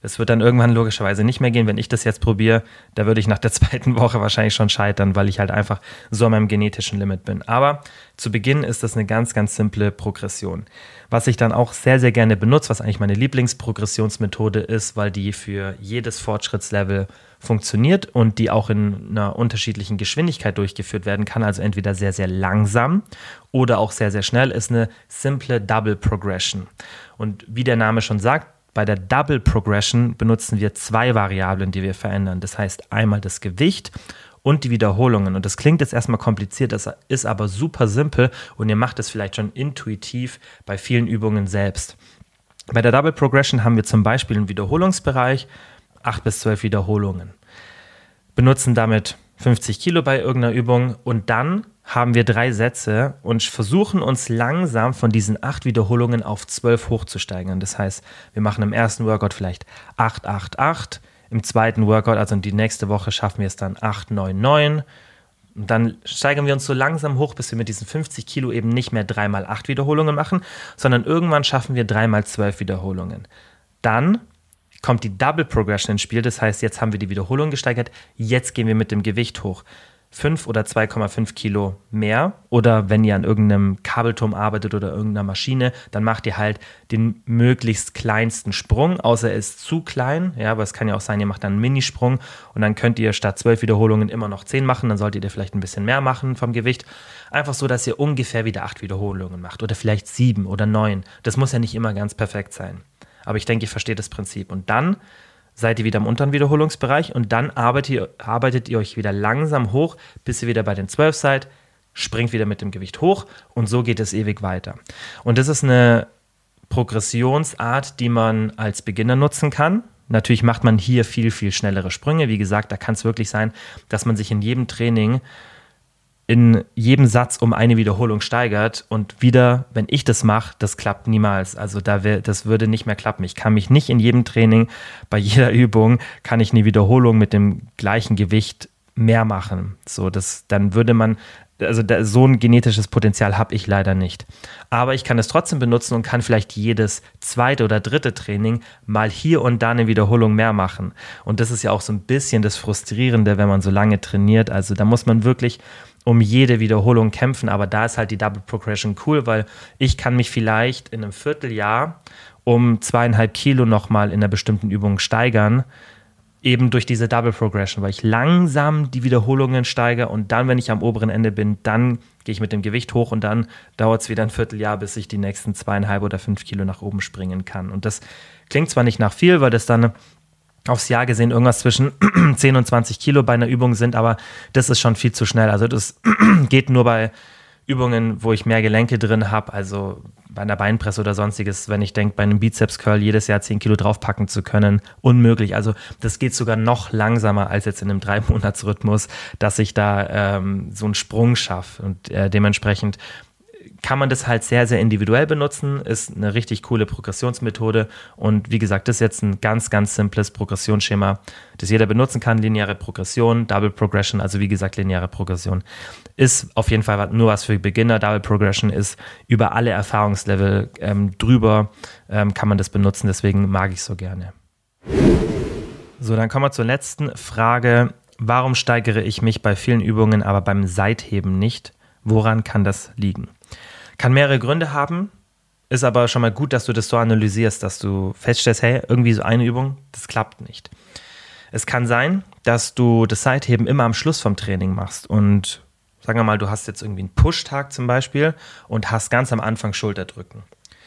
Es wird dann irgendwann logischerweise nicht mehr gehen. Wenn ich das jetzt probiere, da würde ich nach der zweiten Woche wahrscheinlich schon scheitern, weil ich halt einfach so an meinem genetischen Limit bin. Aber zu Beginn ist das eine ganz, ganz simple Progression. Was ich dann auch sehr, sehr gerne benutze, was eigentlich meine Lieblingsprogressionsmethode ist, weil die für jedes Fortschrittslevel funktioniert und die auch in einer unterschiedlichen Geschwindigkeit durchgeführt werden kann, also entweder sehr, sehr langsam oder auch sehr, sehr schnell, ist eine simple Double Progression. Und wie der Name schon sagt, bei der Double Progression benutzen wir 2 Variablen, die wir verändern. Das heißt einmal das Gewicht und die Wiederholungen. Und das klingt jetzt erstmal kompliziert, das ist aber super simpel und ihr macht es vielleicht schon intuitiv bei vielen Übungen selbst. Bei der Double Progression haben wir zum Beispiel einen Wiederholungsbereich, 8 bis 12 Wiederholungen. Benutzen damit 50 Kilo bei irgendeiner Übung und dann haben wir 3 Sätze und versuchen uns langsam von diesen 8 Wiederholungen auf 12 hochzusteigern. Das heißt, wir machen im ersten Workout vielleicht 8, 8, 8. Im zweiten Workout, also die nächste Woche, schaffen wir es dann 8, 9, 9. Und dann steigern wir uns so langsam hoch, bis wir mit diesen 50 Kilo eben nicht mehr 3x8 Wiederholungen machen, sondern irgendwann schaffen wir 3x12 Wiederholungen. Dann kommt die Double Progression ins Spiel, das heißt, jetzt haben wir die Wiederholung gesteigert, jetzt gehen wir mit dem Gewicht hoch. 5 oder 2,5 Kilo mehr oder wenn ihr an irgendeinem Kabelturm arbeitet oder irgendeiner Maschine, dann macht ihr halt den möglichst kleinsten Sprung, außer er ist zu klein, ja, aber es kann ja auch sein, ihr macht dann einen Minisprung und dann könnt ihr statt 12 Wiederholungen immer noch 10 machen, dann solltet ihr vielleicht ein bisschen mehr machen vom Gewicht, einfach so, dass ihr ungefähr wieder 8 Wiederholungen macht oder vielleicht 7 oder 9, das muss ja nicht immer ganz perfekt sein, aber ich denke, ihr versteht das Prinzip und dann seid ihr wieder im unteren Wiederholungsbereich und dann arbeitet ihr euch wieder langsam hoch, bis ihr wieder bei den 12 seid, springt wieder mit dem Gewicht hoch und so geht es ewig weiter. Und das ist eine Progressionsart, die man als Beginner nutzen kann. Natürlich macht man hier viel, viel schnellere Sprünge. Wie gesagt, da kann es wirklich sein, dass man sich in jedem Training in jedem Satz um eine Wiederholung steigert und wieder, wenn ich das mache, das klappt niemals. Also das würde nicht mehr klappen. Ich kann mich nicht in jedem Training, bei jeder Übung, kann ich eine Wiederholung mit dem gleichen Gewicht mehr machen. So, dann würde man, also so ein genetisches Potenzial habe ich leider nicht. Aber ich kann es trotzdem benutzen und kann vielleicht jedes zweite oder dritte Training mal hier und da eine Wiederholung mehr machen. Und das ist ja auch so ein bisschen das Frustrierende, wenn man so lange trainiert. Also da muss man wirklich um jede Wiederholung kämpfen, aber da ist halt die Double Progression cool, weil ich kann mich vielleicht in einem Vierteljahr um 2,5 Kilo nochmal in einer bestimmten Übung steigern, eben durch diese Double Progression, weil ich langsam die Wiederholungen steigere und dann, wenn ich am oberen Ende bin, dann gehe ich mit dem Gewicht hoch und dann dauert es wieder ein Vierteljahr, bis ich die nächsten 2,5 oder 5 Kilo nach oben springen kann. Und das klingt zwar nicht nach viel, weil das dann aufs Jahr gesehen irgendwas zwischen 10 und 20 Kilo bei einer Übung sind, aber das ist schon viel zu schnell. Also das geht nur bei Übungen, wo ich mehr Gelenke drin habe, also bei einer Beinpresse oder sonstiges, wenn ich denke, bei einem Bizeps-Curl jedes Jahr 10 Kilo draufpacken zu können, unmöglich. Also das geht sogar noch langsamer als jetzt in einem 3-Monats-Rhythmus, dass ich da so einen Sprung schaffe und dementsprechend kann man das halt sehr, sehr individuell benutzen, ist eine richtig coole Progressionsmethode und wie gesagt, das ist jetzt ein ganz, ganz simples Progressionsschema, das jeder benutzen kann, lineare Progression, Double Progression, also wie gesagt, lineare Progression ist auf jeden Fall nur was für Beginner, Double Progression ist über alle Erfahrungslevel drüber, kann man das benutzen, deswegen mag ich es so gerne. So, dann kommen wir zur letzten Frage, warum steigere ich mich bei vielen Übungen, aber beim Seitheben nicht? Woran kann das liegen? Kann mehrere Gründe haben, ist aber schon mal gut, dass du das so analysierst, dass du feststellst, hey, irgendwie so eine Übung, das klappt nicht. Es kann sein, dass du das Seitheben immer am Schluss vom Training machst und sagen wir mal, du hast jetzt irgendwie einen Push-Tag zum Beispiel und hast ganz am Anfang Schulterdrücken.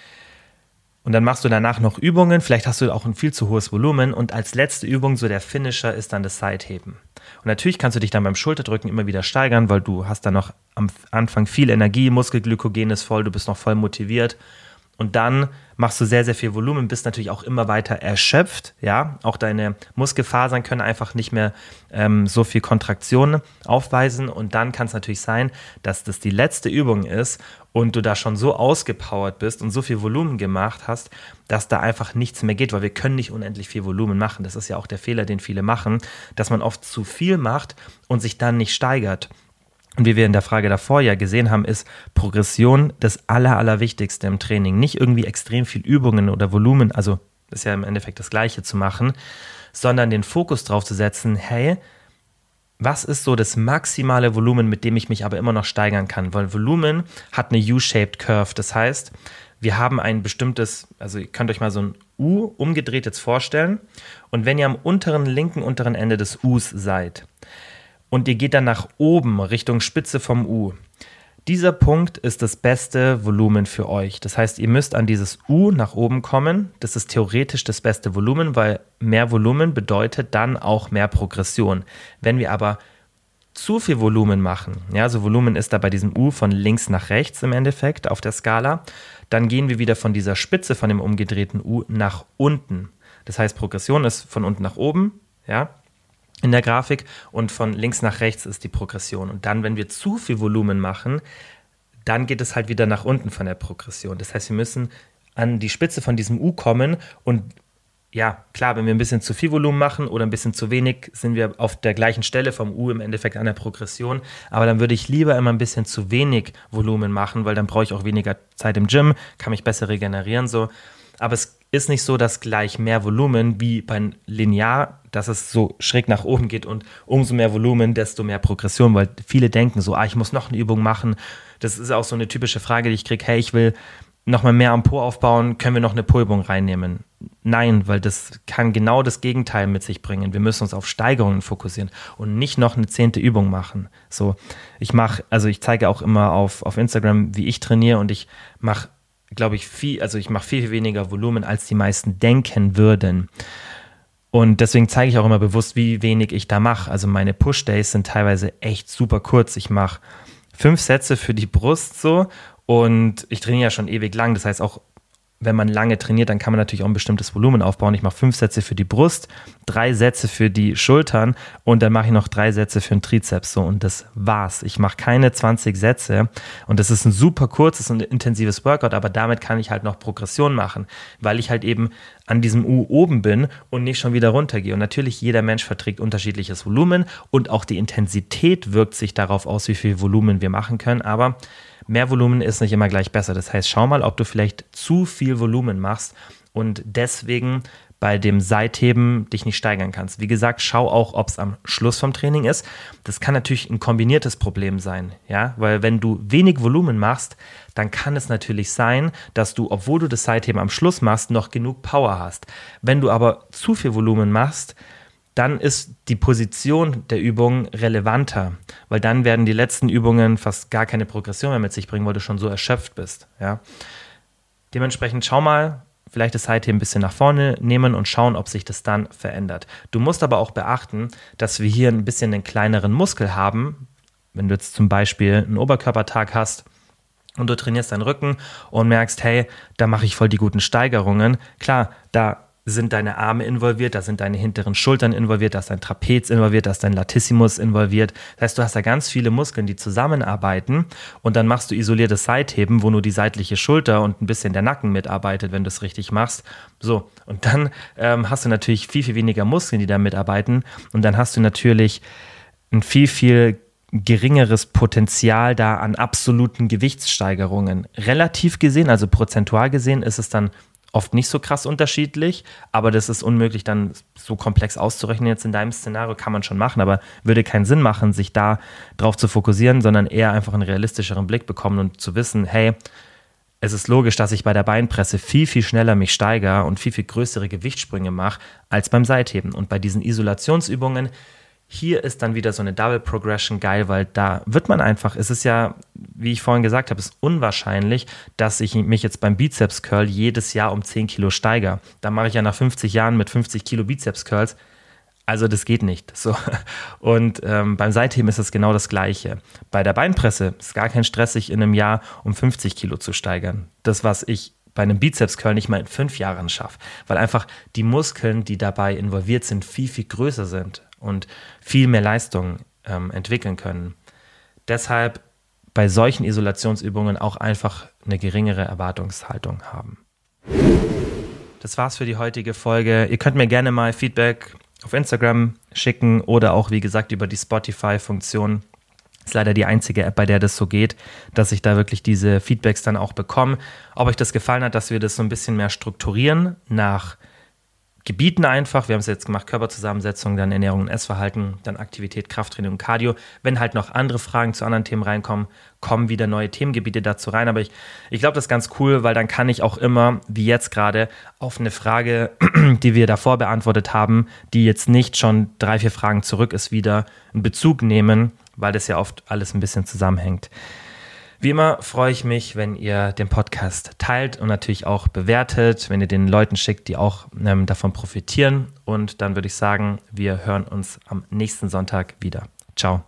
Und dann machst du danach noch Übungen, vielleicht hast du auch ein viel zu hohes Volumen und als letzte Übung, so der Finisher, ist dann das Seitheben. Und natürlich kannst du dich dann beim Schulterdrücken immer wieder steigern, weil du hast dann noch am Anfang viel Energie, Muskelglykogen ist voll, du bist noch voll motiviert. Und dann machst du sehr, sehr viel Volumen, bist natürlich auch immer weiter erschöpft. Ja, auch deine Muskelfasern können einfach nicht mehr so viel Kontraktion aufweisen. Und dann kann es natürlich sein, dass das die letzte Übung ist und du da schon so ausgepowert bist und so viel Volumen gemacht hast, dass da einfach nichts mehr geht, weil wir können nicht unendlich viel Volumen machen. Das ist ja auch der Fehler, den viele machen, dass man oft zu viel macht und sich dann nicht steigert. Und wie wir in der Frage davor ja gesehen haben, ist Progression das Allerwichtigste im Training. Nicht irgendwie extrem viel Übungen oder Volumen, also ist ja im Endeffekt das Gleiche zu machen, sondern den Fokus drauf zu setzen, hey, was ist so das maximale Volumen, mit dem ich mich aber immer noch steigern kann? Weil Volumen hat eine U-shaped Curve. Das heißt, wir haben ein bestimmtes, also ihr könnt euch mal so ein U umgedreht jetzt vorstellen. Und wenn ihr am linken unteren Ende des Us seid und ihr geht dann nach oben Richtung Spitze vom U, dieser Punkt ist das beste Volumen für euch. Das heißt, ihr müsst an dieses U nach oben kommen. Das ist theoretisch das beste Volumen, weil mehr Volumen bedeutet dann auch mehr Progression. Wenn wir aber zu viel Volumen machen, ja, also Volumen ist da bei diesem U von links nach rechts im Endeffekt auf der Skala, dann gehen wir wieder von dieser Spitze von dem umgedrehten U nach unten. Das heißt, Progression ist von unten nach oben, ja, in der Grafik, und von links nach rechts ist die Progression. Und dann, wenn wir zu viel Volumen machen, dann geht es halt wieder nach unten von der Progression. Das heißt, wir müssen an die Spitze von diesem U kommen und ja, klar, wenn wir ein bisschen zu viel Volumen machen oder ein bisschen zu wenig, sind wir auf der gleichen Stelle vom U im Endeffekt an der Progression. Aber dann würde ich lieber immer ein bisschen zu wenig Volumen machen, weil dann brauche ich auch weniger Zeit im Gym, kann mich besser regenerieren, so. Aber es ist nicht so, dass gleich mehr Volumen wie beim Linear, dass es so schräg nach oben geht und umso mehr Volumen, desto mehr Progression, weil viele denken so, ich muss noch eine Übung machen. Das ist auch so eine typische Frage, die ich kriege, hey, ich will nochmal mehr am Po aufbauen, können wir noch eine Po-Übung reinnehmen? Nein, weil das kann genau das Gegenteil mit sich bringen. Wir müssen uns auf Steigerungen fokussieren und nicht noch eine 10. Übung machen. So, ich zeige auch immer auf Instagram, wie ich trainiere, und ich mache, glaube ich, viel weniger Volumen, als die meisten denken würden. Und deswegen zeige ich auch immer bewusst, wie wenig ich da mache. Also meine Push-Days sind teilweise echt super kurz. Ich mache 5 Sätze für die Brust so, und ich trainiere ja schon ewig lang. Das heißt, auch wenn man lange trainiert, dann kann man natürlich auch ein bestimmtes Volumen aufbauen. Ich mache 5 Sätze für die Brust, 3 Sätze für die Schultern und dann mache ich noch 3 Sätze für den Trizeps. So, und das war's. Ich mache keine 20 Sätze, und das ist ein super kurzes und intensives Workout, aber damit kann ich halt noch Progression machen, weil ich halt eben an diesem U oben bin und nicht schon wieder runtergehe. Und natürlich, jeder Mensch verträgt unterschiedliches Volumen und auch die Intensität wirkt sich darauf aus, wie viel Volumen wir machen können, aber mehr Volumen ist nicht immer gleich besser. Das heißt, schau mal, ob du vielleicht zu viel Volumen machst und deswegen bei dem Seitheben dich nicht steigern kannst. Wie gesagt, schau auch, ob es am Schluss vom Training ist. Das kann natürlich ein kombiniertes Problem sein, ja, weil wenn du wenig Volumen machst, dann kann es natürlich sein, dass du, obwohl du das Seitheben am Schluss machst, noch genug Power hast. Wenn du aber zu viel Volumen machst, dann ist die Position der Übung relevanter, weil dann werden die letzten Übungen fast gar keine Progression mehr mit sich bringen, weil du schon so erschöpft bist. Ja? Dementsprechend schau mal, vielleicht das Seitheben ein bisschen nach vorne nehmen und schauen, ob sich das dann verändert. Du musst aber auch beachten, dass wir hier ein bisschen einen kleineren Muskel haben. Wenn du jetzt zum Beispiel einen Oberkörpertag hast und du trainierst deinen Rücken und merkst, hey, da mache ich voll die guten Steigerungen. Klar, da sind deine Arme involviert, da sind deine hinteren Schultern involviert, da ist dein Trapez involviert, da ist dein Latissimus involviert. Das heißt, du hast da ganz viele Muskeln, die zusammenarbeiten, und dann machst du isoliertes Seitheben, wo nur die seitliche Schulter und ein bisschen der Nacken mitarbeitet, wenn du es richtig machst. So, und dann hast du natürlich viel, viel weniger Muskeln, die da mitarbeiten, und dann hast du natürlich ein viel, viel geringeres Potenzial da an absoluten Gewichtssteigerungen. Relativ gesehen, also prozentual gesehen, ist es dann oft nicht so krass unterschiedlich, aber das ist unmöglich dann so komplex auszurechnen. Jetzt in deinem Szenario kann man schon machen, aber würde keinen Sinn machen, sich da drauf zu fokussieren, sondern eher einfach einen realistischeren Blick bekommen und zu wissen, hey, es ist logisch, dass ich bei der Beinpresse viel, viel schneller mich steigere und viel, viel größere Gewichtssprünge mache als beim Seitheben. Und bei diesen Isolationsübungen, hier ist dann wieder so eine Double Progression geil, weil da wird man einfach, es ist ja, wie ich vorhin gesagt habe, es ist unwahrscheinlich, dass ich mich jetzt beim Bizeps Curl jedes Jahr um 10 Kilo steigere. Da mache ich ja nach 50 Jahren mit 50 Kilo Bizeps Curls. Also das geht nicht. So. Und beim Seitheben ist es genau das Gleiche. Bei der Beinpresse ist gar kein Stress, sich in einem Jahr um 50 Kilo zu steigern. Das, was ich bei einem Bizeps-Curl nicht mal in 5 Jahren schaffe. Weil einfach die Muskeln, die dabei involviert sind, viel, viel größer sind und viel mehr Leistung entwickeln können. Deshalb bei solchen Isolationsübungen auch einfach eine geringere Erwartungshaltung haben. Das war's für die heutige Folge. Ihr könnt mir gerne mal Feedback auf Instagram schicken oder auch, wie gesagt, über die Spotify-Funktion. Ist leider die einzige App, bei der das so geht, dass ich da wirklich diese Feedbacks dann auch bekomme. Ob euch das gefallen hat, dass wir das so ein bisschen mehr strukturieren nach Gebieten einfach. Wir haben es jetzt gemacht, Körperzusammensetzung, dann Ernährung und Essverhalten, dann Aktivität, Krafttraining und Cardio. Wenn halt noch andere Fragen zu anderen Themen reinkommen, kommen wieder neue Themengebiete dazu rein. Aber ich glaube, das ist ganz cool, weil dann kann ich auch immer, wie jetzt gerade, auf eine Frage, die wir davor beantwortet haben, die jetzt nicht schon 3-4 Fragen zurück ist, wieder einen Bezug nehmen, weil das ja oft alles ein bisschen zusammenhängt. Wie immer freue ich mich, wenn ihr den Podcast teilt und natürlich auch bewertet, wenn ihr den Leuten schickt, die auch davon profitieren. Und dann würde ich sagen, wir hören uns am nächsten Sonntag wieder. Ciao.